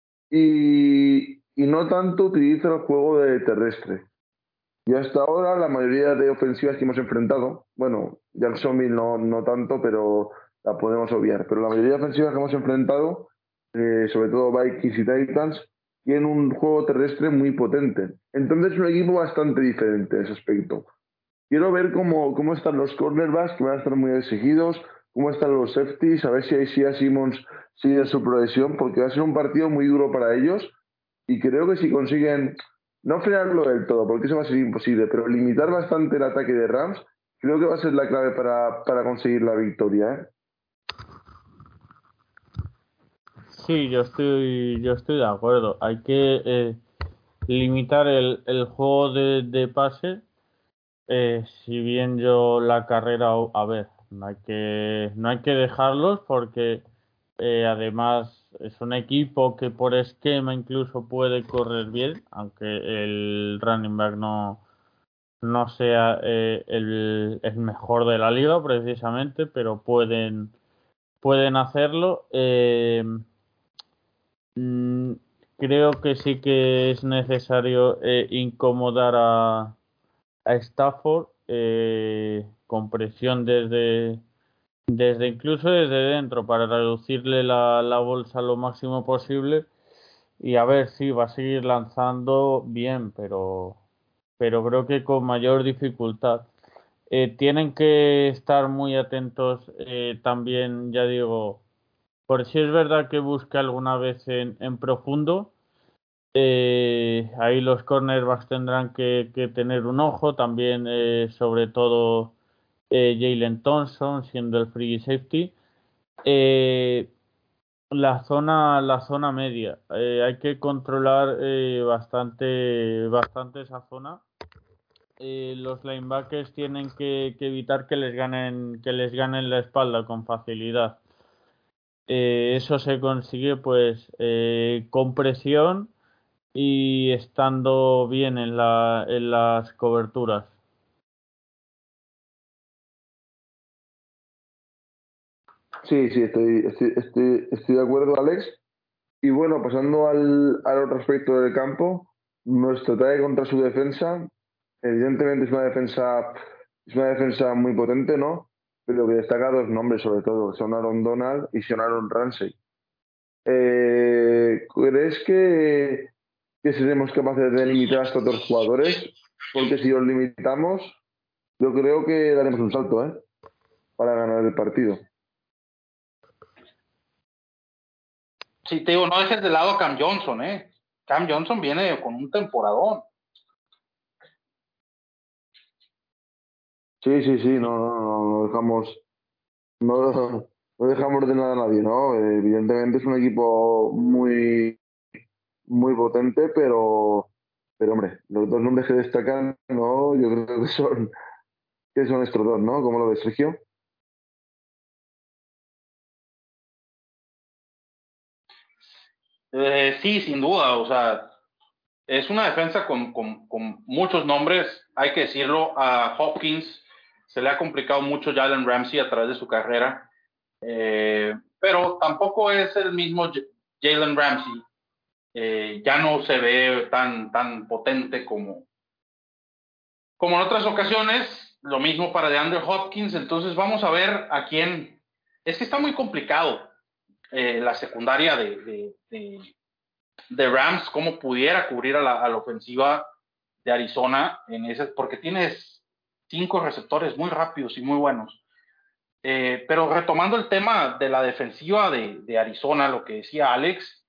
C: Y no tanto utiliza el juego de terrestre. Y hasta ahora la mayoría de ofensivas que hemos enfrentado, bueno, Jacksonville no tanto, pero la podemos obviar, pero la mayoría de ofensivas que hemos enfrentado, sobre todo Vikings y Titans, tienen un juego terrestre muy potente. Entonces es un equipo bastante diferente en ese aspecto. Quiero ver cómo están los cornerbacks, que van a estar muy exigidos, cómo están los safeties, a ver si Isaiah Simmons sigue su progresión, porque va a ser un partido muy duro para ellos y creo que si consiguen no frenarlo del todo, porque eso va a ser imposible, pero limitar bastante el ataque de Rams, creo que va a ser la clave para conseguir la victoria, ¿eh?
D: Sí, yo estoy de acuerdo. Hay que limitar el juego de pase. Si bien yo la carrera, a ver, no hay que dejarlos porque además es un equipo que por esquema incluso puede correr bien, aunque el running back no sea el mejor de la liga precisamente, pero pueden hacerlo. Mm, Creo que sí que es necesario incomodar a Stafford con presión incluso desde dentro para reducirle la bolsa lo máximo posible y a ver si va a seguir lanzando bien, pero creo que con mayor dificultad. Tienen que estar muy atentos también, ya digo, por si es verdad que busca alguna vez en profundo. Ahí los cornerbacks tendrán que tener un ojo, también sobre todo Jalen Thompson siendo el free safety. Eh, la zona media, hay que controlar bastante esa zona. Los linebackers tienen que evitar que les ganen la espalda con facilidad. Eso se consigue pues con presión y estando bien en las coberturas.
C: Sí, estoy de acuerdo, Alex. Y bueno, pasando al otro aspecto del campo, nuestro ataque contra su defensa, evidentemente es una defensa muy potente, ¿no? Pero que destaca 2 nombres sobre todo, son Aaron Donald y son Aaron Ramsey. ¿Crees que seremos capaces de limitar a estos 2 jugadores? Porque si los limitamos, yo creo que daremos un salto, ¿eh? Para ganar el partido.
E: Sí, te digo, no dejes de lado a Cam Johnson, ¿eh? Cam Johnson viene con un temporadón.
C: Sí, sí, sí, no dejamos, no, no dejamos de nada a nadie, ¿no? Evidentemente es un equipo muy potente, pero hombre, los dos nombres que destacan, ¿no? Yo creo que son estos dos, ¿no? ¿Cómo lo ves, Sergio?
E: Sí, sin duda, o sea, es una defensa con muchos nombres, hay que decirlo. A Hopkins se le ha complicado mucho Jalen Ramsey a través de su carrera, pero tampoco es el mismo Jalen Ramsey. Ya no se ve tan potente como en otras ocasiones. Lo mismo para DeAndre Hopkins. Entonces vamos a ver a quién. Es que está muy complicado la secundaria de Rams, cómo pudiera cubrir a la ofensiva de Arizona en ese, porque tienes 5 receptores muy rápidos y muy buenos. Pero retomando el tema de la defensiva de Arizona, lo que decía Alex,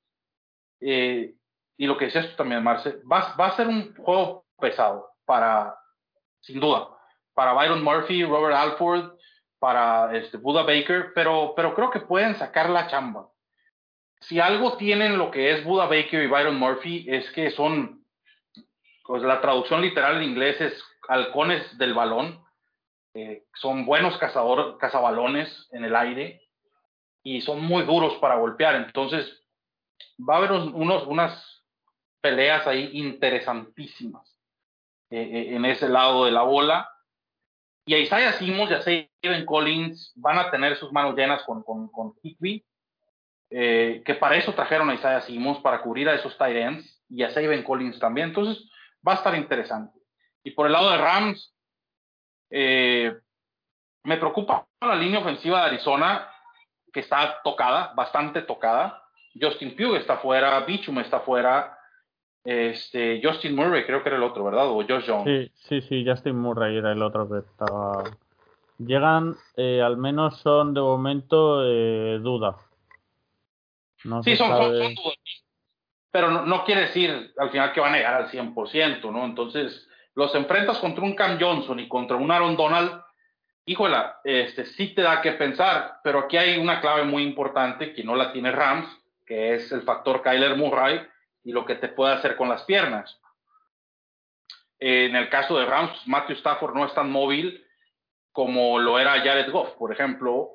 E: y lo que decías tú también, Marce, va a ser un juego pesado sin duda, para Byron Murphy, Robert Alford, para Buda Baker, pero creo que pueden sacar la chamba. Si algo tienen lo que es Buda Baker y Byron Murphy es que son, pues la traducción literal en inglés es halcones del balón. Son buenos cazabalones en el aire y son muy duros para golpear. Entonces va a haber unas peleas ahí interesantísimas en ese lado de la bola. Y a Isaiah Simmons y a Steven Collins van a tener sus manos llenas con Higby, que para eso trajeron a Isaiah Simmons, para cubrir a esos tight ends, y a Steven Collins también. Entonces va a estar interesante. Y por el lado de Rams, eh, me preocupa la línea ofensiva de Arizona, que está tocada, bastante tocada. Justin Pugh está fuera, Bichum está fuera, Justin Murray creo que era el otro, ¿verdad? O Josh Jones.
D: Sí, sí, sí, Justin Murray era el otro que estaba. Llegan, al menos son de momento dudas. No
E: Sí,
D: se
E: son
D: sabe.
E: dudas, pero no quiere decir al final que van a llegar al 100%, ¿no? Entonces, los enfrentas contra un Cam Johnson y contra un Aaron Donald, híjola, sí te da que pensar, pero aquí hay una clave muy importante que no la tiene Rams, que es el factor Kyler Murray y lo que te puede hacer con las piernas. En el caso de Rams, Matthew Stafford no es tan móvil como lo era Jared Goff, por ejemplo,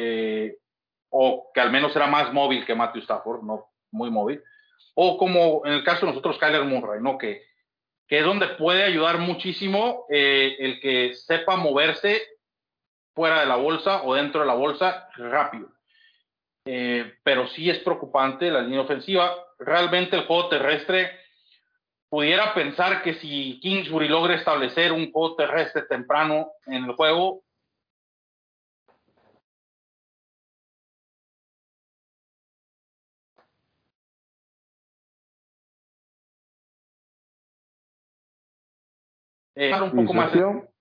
E: o que al menos era más móvil que Matthew Stafford, no muy móvil, o como en el caso de nosotros Kyler Murray, ¿no? Que es donde puede ayudar muchísimo el que sepa moverse fuera de la bolsa o dentro de la bolsa rápido. Pero sí es preocupante la línea ofensiva. Realmente el juego terrestre, pudiera pensar que si Kingsbury logra establecer un juego terrestre temprano en el juego, un
C: Y
E: poco más el.
C: Sergio,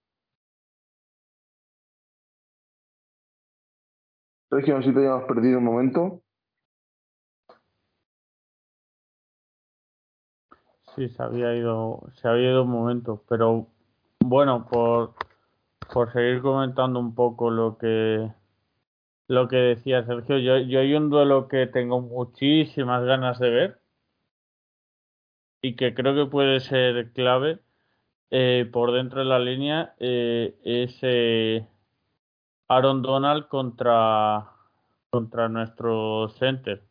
C: Sergio, no sé si te hayamos perdido un momento.
D: Sí, se había ido un momento, pero bueno, por seguir comentando un poco lo que decía Sergio, yo hay un duelo que tengo muchísimas ganas de ver y que creo que puede ser clave por dentro de la línea, es Aaron Donald contra nuestro center.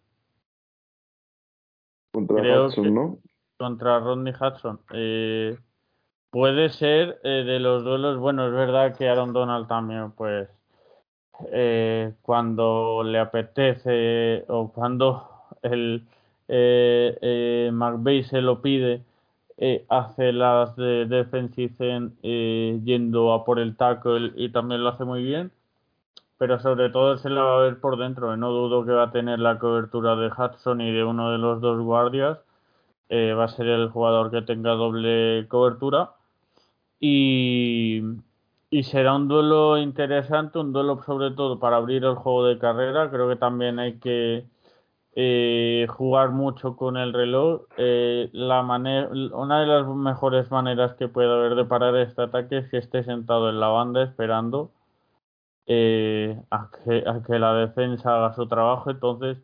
C: Contra
D: Creo
C: Hudson,
D: que
C: ¿no?
D: contra Rodney Hudson. Puede ser de los duelos. Bueno, es verdad que Aaron Donald también, pues, cuando le apetece o cuando el McVay se lo pide, hace las de defensive end yendo a por el tackle y también lo hace muy bien. Pero sobre todo se la va a ver por dentro. No dudo que va a tener la cobertura de Hudson y de uno de los dos guardias. Va a ser el jugador que tenga doble cobertura. Y, y será un duelo interesante, un duelo sobre todo para abrir el juego de carrera. Creo que también hay que jugar mucho con el reloj. Una de las mejores maneras que puede haber de parar este ataque es que esté sentado en la banda esperando a que la defensa haga su trabajo. Entonces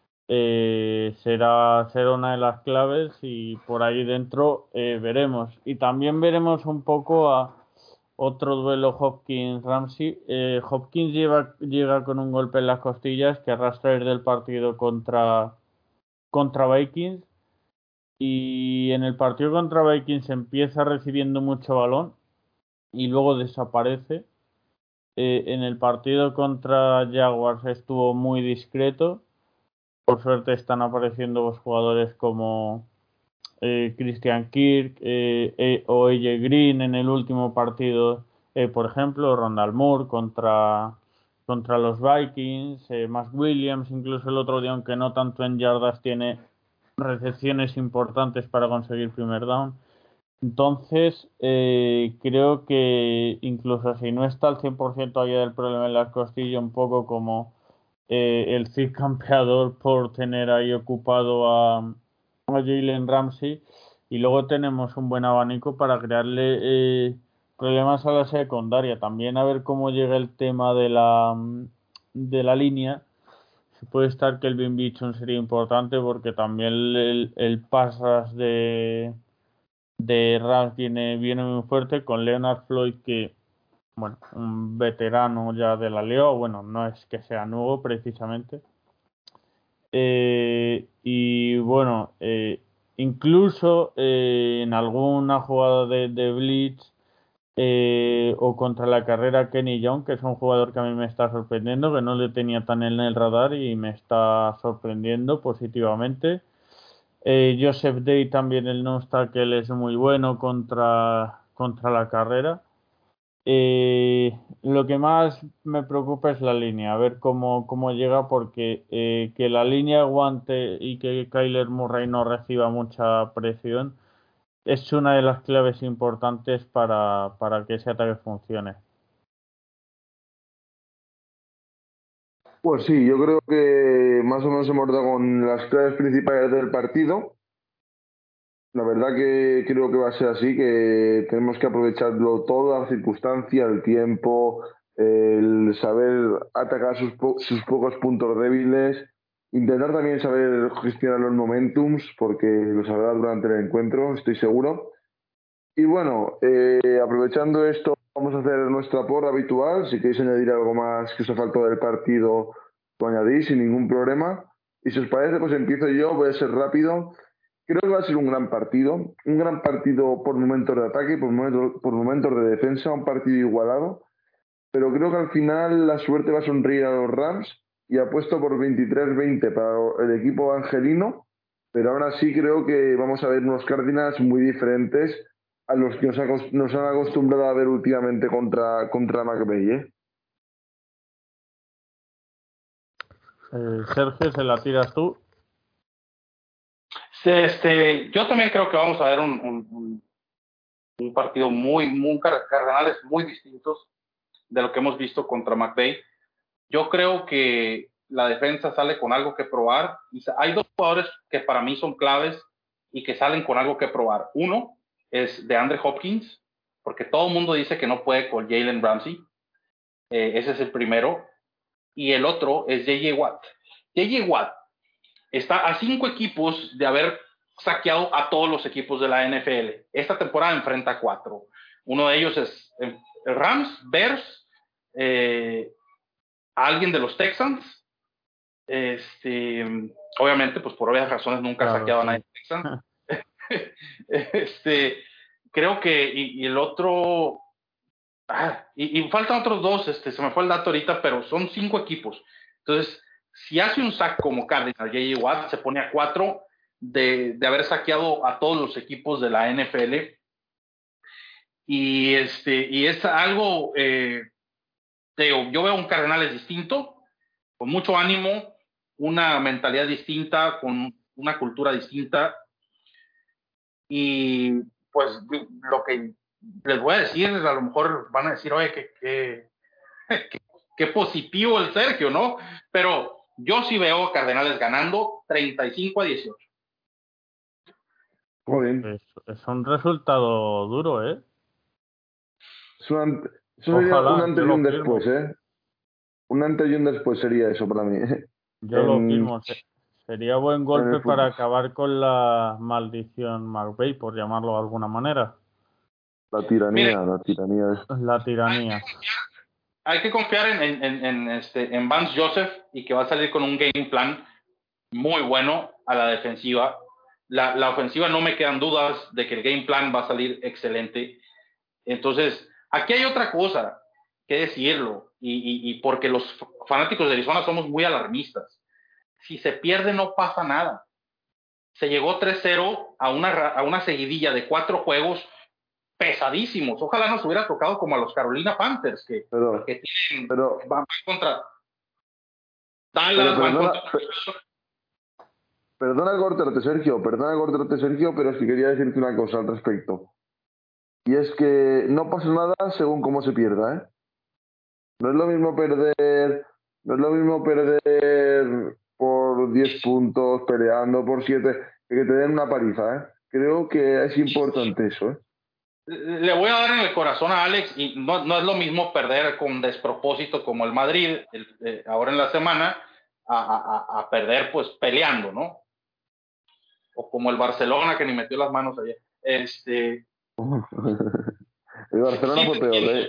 D: será una de las claves y por ahí dentro veremos. Y también veremos un poco a otro duelo Hopkins-Ramsey. Hopkins llega con un golpe en las costillas que arrastra desde el partido contra Vikings. Y en el partido contra Vikings empieza recibiendo mucho balón y luego desaparece. En el partido contra Jaguars estuvo muy discreto. Por suerte están apareciendo los jugadores como Christian Kirk o AJ Green en el último partido, por ejemplo, Rondale Moore contra los Vikings, Max Williams, incluso el otro día, aunque no tanto en yardas, tiene recepciones importantes para conseguir primer down. Entonces, creo que incluso si no está al 100% allá del problema en las costillas, un poco como el Cid campeador por tener ahí ocupado a Jalen Ramsey, y luego tenemos un buen abanico para crearle problemas a la secundaria. También a ver cómo llega el tema de la línea. Se puede estar que el Kelvin Beachum sería importante porque también el pass rush de Rams viene muy fuerte con Leonard Floyd, que bueno, un veterano ya de la Liga, bueno, no es que sea nuevo precisamente. Y bueno, incluso en alguna jugada de blitz o contra la carrera, Kenny Young, que es un jugador que a mí me está sorprendiendo, que no le tenía tan en el radar y me está sorprendiendo positivamente. Joseph Day también, el nose tackle, es muy bueno contra la carrera. Lo que más me preocupa es la línea, a ver cómo llega, porque que la línea aguante y que Kyler Murray no reciba mucha presión es una de las claves importantes para que ese ataque funcione.
C: Pues sí, yo creo que más o menos hemos dado con las claves principales del partido. La verdad que creo que va a ser así, que tenemos que aprovecharlo todo, la circunstancia, el tiempo, el saber atacar sus pocos puntos débiles, intentar también saber gestionar los momentums, porque lo sabrá durante el encuentro, estoy seguro. Y bueno, aprovechando esto, vamos a hacer nuestra porra habitual. Si queréis añadir algo más que os ha faltado del partido, lo añadís sin ningún problema. Y si os parece, pues empiezo yo, voy a ser rápido. Creo que va a ser un gran partido por momentos de ataque, por momentos de defensa, un partido igualado, pero creo que al final la suerte va a sonreír a los Rams y apuesto por 23-20 para el equipo angelino, pero aún así creo que vamos a ver unos Cardinals muy diferentes a los que nos han acostumbrado a ver últimamente contra McVay, ¿eh?
D: Sergio, ¿se la tiras tú?
E: Yo también creo que vamos a ver un partido muy cardenales muy distintos de lo que hemos visto contra McVay. Yo creo que la defensa sale con algo que probar. Y hay dos jugadores que para mí son claves y que salen con algo que probar. Uno es DeAndre Hopkins, porque todo el mundo dice que no puede con Jalen Ramsey. Ese es el primero. Y el otro es J.J. Watt. J.J. Watt está a 5 equipos de haber saqueado a todos los equipos de la NFL. Esta temporada enfrenta a 4. Uno de ellos es Rams, Bears, a alguien de los Texans. Obviamente, pues por obvias razones nunca ha saqueado a nadie de Texans. Creo que, y el otro, y faltan otros dos, se me fue el dato ahorita, pero son 5 equipos. Entonces, si hace un sack como Cardinal, J.J. Watt se pone a 4 de haber saqueado a todos los equipos de la NFL. Y es algo, yo veo un Cardenales distinto, con mucho ánimo, una mentalidad distinta, con una cultura distinta. Y pues lo que les voy a decir, a lo mejor van a decir, oye, qué positivo el Sergio, ¿no? Pero Yo sí veo a Cardenales ganando 35-18.
C: Joder.
D: Es un resultado duro, ¿eh?
C: Eso sería un
D: Ojalá, yo
C: antes y
D: lo
C: un
D: firmo.
C: después, ¿eh? Un antes y un después sería eso para mí.
D: Yo lo
C: En,
D: firmo. Sería buen
C: en el
D: golpe para
C: fútbol.
D: acabar con la maldición McVay, por llamarlo de alguna manera.
E: Miren,
C: La tiranía es...
D: La tiranía.
E: hay que confiar en Vance Joseph y que va a salir con un game plan muy bueno a la defensiva. La ofensiva no me quedan dudas de que el game plan va a salir excelente. Entonces, aquí hay otra cosa que decirlo, y porque los fanáticos de Arizona somos muy alarmistas. Si se pierde, no pasa nada. Se llegó 3-0 a una seguidilla de 4 juegos pesadísimos. Ojalá nos hubiera tocado como a los Carolina Panthers,
C: Pero,
E: que tienen,
C: pero,
E: van contra
C: pero
E: Dallas, van
C: perdona,
E: contra...
C: perdona cortarte, Sergio, pero es que quería decirte una cosa al respecto. Y es que no pasa nada según cómo se pierda, ¿eh? No es lo mismo perder, no es lo mismo perder por 10 puntos, peleando por 7 que te den una paliza, ¿eh? Creo que es importante eso, ¿eh?
E: Le voy a dar en el corazón a Alex y no es lo mismo perder con despropósito como el Madrid ahora en la semana a perder pues peleando, ¿no? O como el Barcelona que ni metió las manos ayer.
C: El Barcelona
E: Sí,
C: fue peor, ¿eh?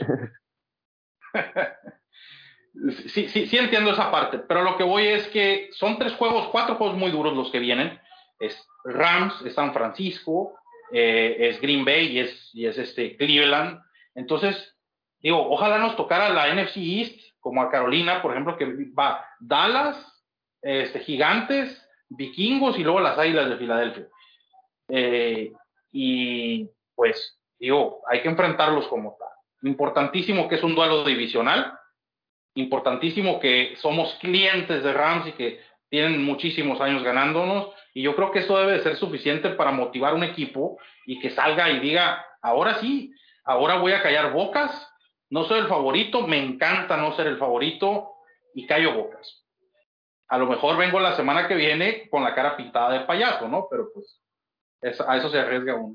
E: sí entiendo esa parte, pero lo que voy es que son 4 juegos muy duros los que vienen. Es Rams, es San Francisco, es Green Bay y es Cleveland. Entonces, digo, ojalá nos tocara la NFC East, como a Carolina, por ejemplo, que va Dallas, Gigantes, Vikingos y luego las Águilas de Filadelfia. Y pues, digo, hay que enfrentarlos como tal. Importantísimo que es un duelo divisional, importantísimo que somos clientes de Rams y que tienen muchísimos años ganándonos, y yo creo que eso debe de ser suficiente para motivar un equipo y que salga y diga, ahora sí, ahora voy a callar bocas, no soy el favorito, me encanta no ser el favorito y callo bocas. A lo mejor vengo la semana que viene con la cara pintada de payaso, ¿no? Pero pues a eso se arriesga uno.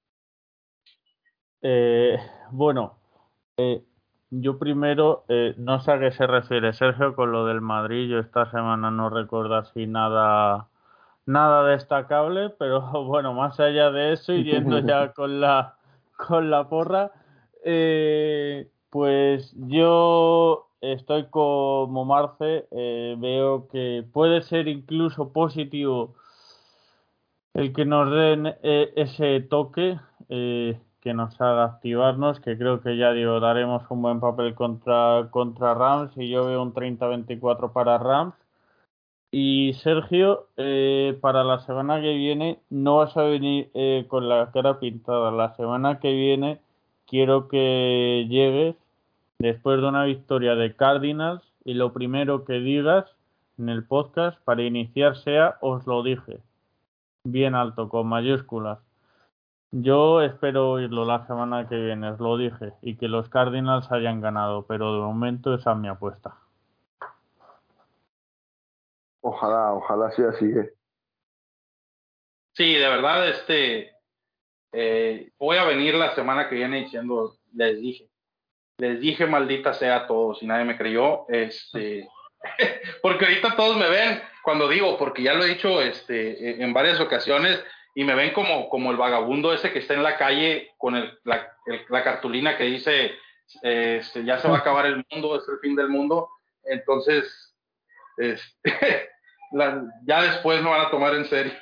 D: Eh, bueno, yo primero, no sé a qué se refiere Sergio con lo del Madrid. Yo esta semana no recuerdo así nada destacable, pero bueno, más allá de eso y yendo ya con la porra, pues yo estoy como Marce, veo que puede ser incluso positivo el que nos den ese toque que nos haga activarnos, que creo que ya digo, daremos un buen papel contra Rams y yo veo un 30-24 para Rams. Y Sergio, para la semana que viene no vas a venir con la cara pintada. La semana que viene quiero que llegues después de una victoria de Cardinals y lo primero que digas en el podcast para iniciar sea os lo dije, bien alto, con mayúsculas. Yo espero oírlo la semana que viene, os lo dije, y que los Cardinals hayan ganado, pero de momento esa es mi apuesta.
C: Ojalá sea así, ¿eh?
E: Sí, de verdad, voy a venir la semana que viene diciendo, les dije maldita sea a todos y nadie me creyó, porque ahorita todos me ven cuando digo, porque ya lo he dicho en varias ocasiones y me ven como el vagabundo ese que está en la calle con la cartulina que dice ya se va a acabar el mundo, es el fin del mundo. Entonces este, ya después me van a tomar en serio.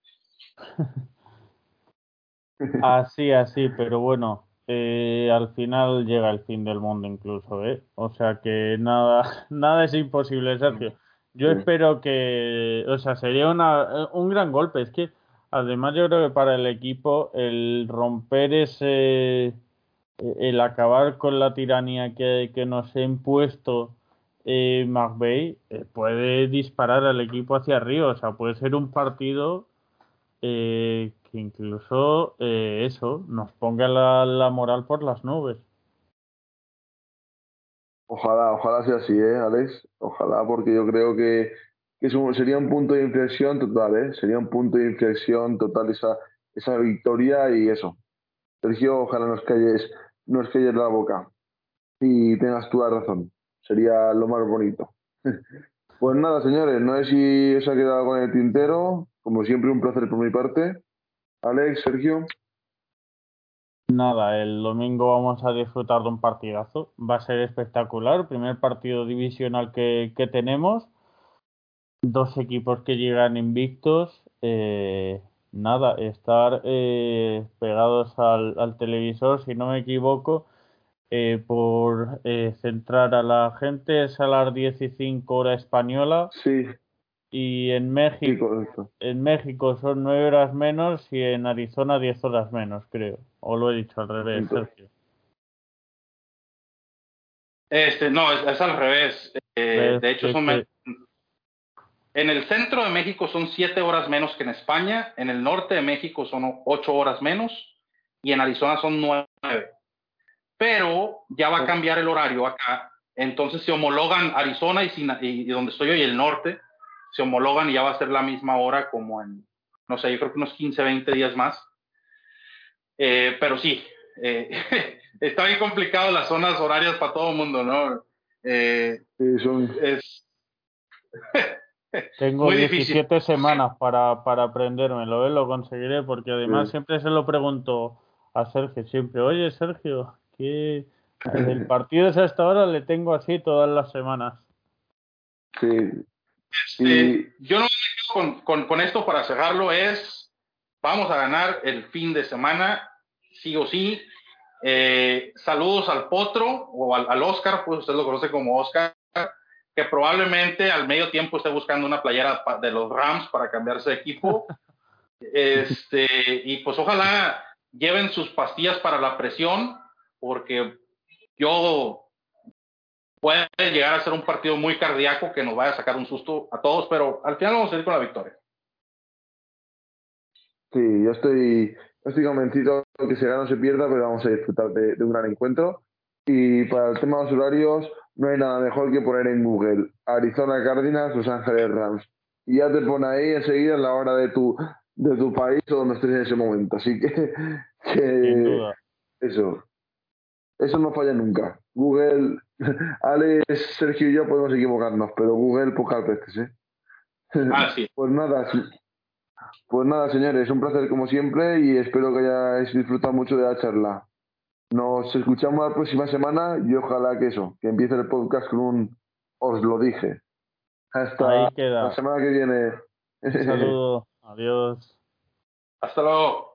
D: Así, pero bueno, al final llega el fin del mundo incluso, ¿eh? O sea que nada, nada es imposible, Sergio. Yo
C: Sí.
D: espero que, o sea, sería un gran golpe. Es que además yo creo que para el equipo el romper el acabar con la tiranía que nos ha impuesto McVay, puede disparar al equipo hacia arriba. O sea, puede ser un partido que incluso eso nos ponga la moral por las nubes.
C: Ojalá sea así, ¿eh, Alex? Ojalá, porque yo creo que sería un punto de inflexión total, ¿eh? Sería un punto de inflexión total esa victoria y eso. Sergio, ojalá nos calles la boca y tengas tú la razón. Sería lo más bonito. Pues nada, señores, no sé si os ha quedado algo en el tintero. Como siempre, un placer por mi parte. Alex, Sergio.
D: Nada, el domingo vamos a disfrutar de un partidazo. Va a ser espectacular. Primer partido divisional que tenemos. Dos equipos que llegan invictos. Nada, estar pegados al televisor, si no me equivoco, por centrar a la gente, es a las 15 hora española
C: Sí,
D: y
C: sí, correcto.
D: En México son 9 horas menos y en Arizona 10 horas menos, creo. O lo he dicho al revés, Sergio.
E: No, es al revés.
D: ¿Ves?
E: De hecho, en el centro de México son 7 horas menos que en España, en el norte de México son 8 horas menos y en Arizona son 9. Pero ya va a cambiar el horario acá. Entonces se homologan Arizona y donde estoy yo y el norte, se homologan y ya va a ser la misma hora como en, no sé, yo creo que unos 15, 20 días más. Pero sí, está bien complicado las zonas horarias para todo el mundo, ¿no?
C: Sí,
E: Es
D: Tengo
E: muy difícil.
D: 17 semanas para aprendérmelo, lo conseguiré, porque además
C: sí,
D: siempre se lo pregunto a Sergio, siempre, oye Sergio, que el partido es a esta hora, le tengo así todas las semanas.
C: sí. Y
E: Yo no me quedo con esto para cerrarlo, vamos a ganar el fin de semana, sí o sí. Saludos al Potro o al Oscar, pues usted lo conoce como Oscar, que probablemente al medio tiempo esté buscando una playera de los Rams para cambiarse de equipo. Y pues ojalá lleven sus pastillas para la presión, porque yo puede llegar a ser un partido muy cardíaco que nos vaya a sacar un susto a todos, pero al final vamos a ir con la victoria.
C: sí, yo estoy convencido que se gana o se pierda, pero vamos a disfrutar de un gran encuentro. Y para el tema de los horarios, no hay nada mejor que poner en Google Arizona Cardinals, Los Ángeles Rams. Y ya te pone ahí enseguida la hora de tu país o donde estés en ese momento. Así que,
D: Sin
C: que
D: duda.
C: eso, eso no falla nunca. Google, Alex, Sergio y yo podemos equivocarnos, pero Google pocas veces, ¿eh?
E: Ah, sí.
C: Pues nada, señores, un placer como siempre y espero que hayáis disfrutado mucho de la charla. Nos escuchamos la próxima semana y ojalá que empiece el podcast con un os lo dije. Hasta
D: Ahí
C: la
D: queda.
C: semana que viene.
D: Un saludo. Adiós.
E: Hasta luego.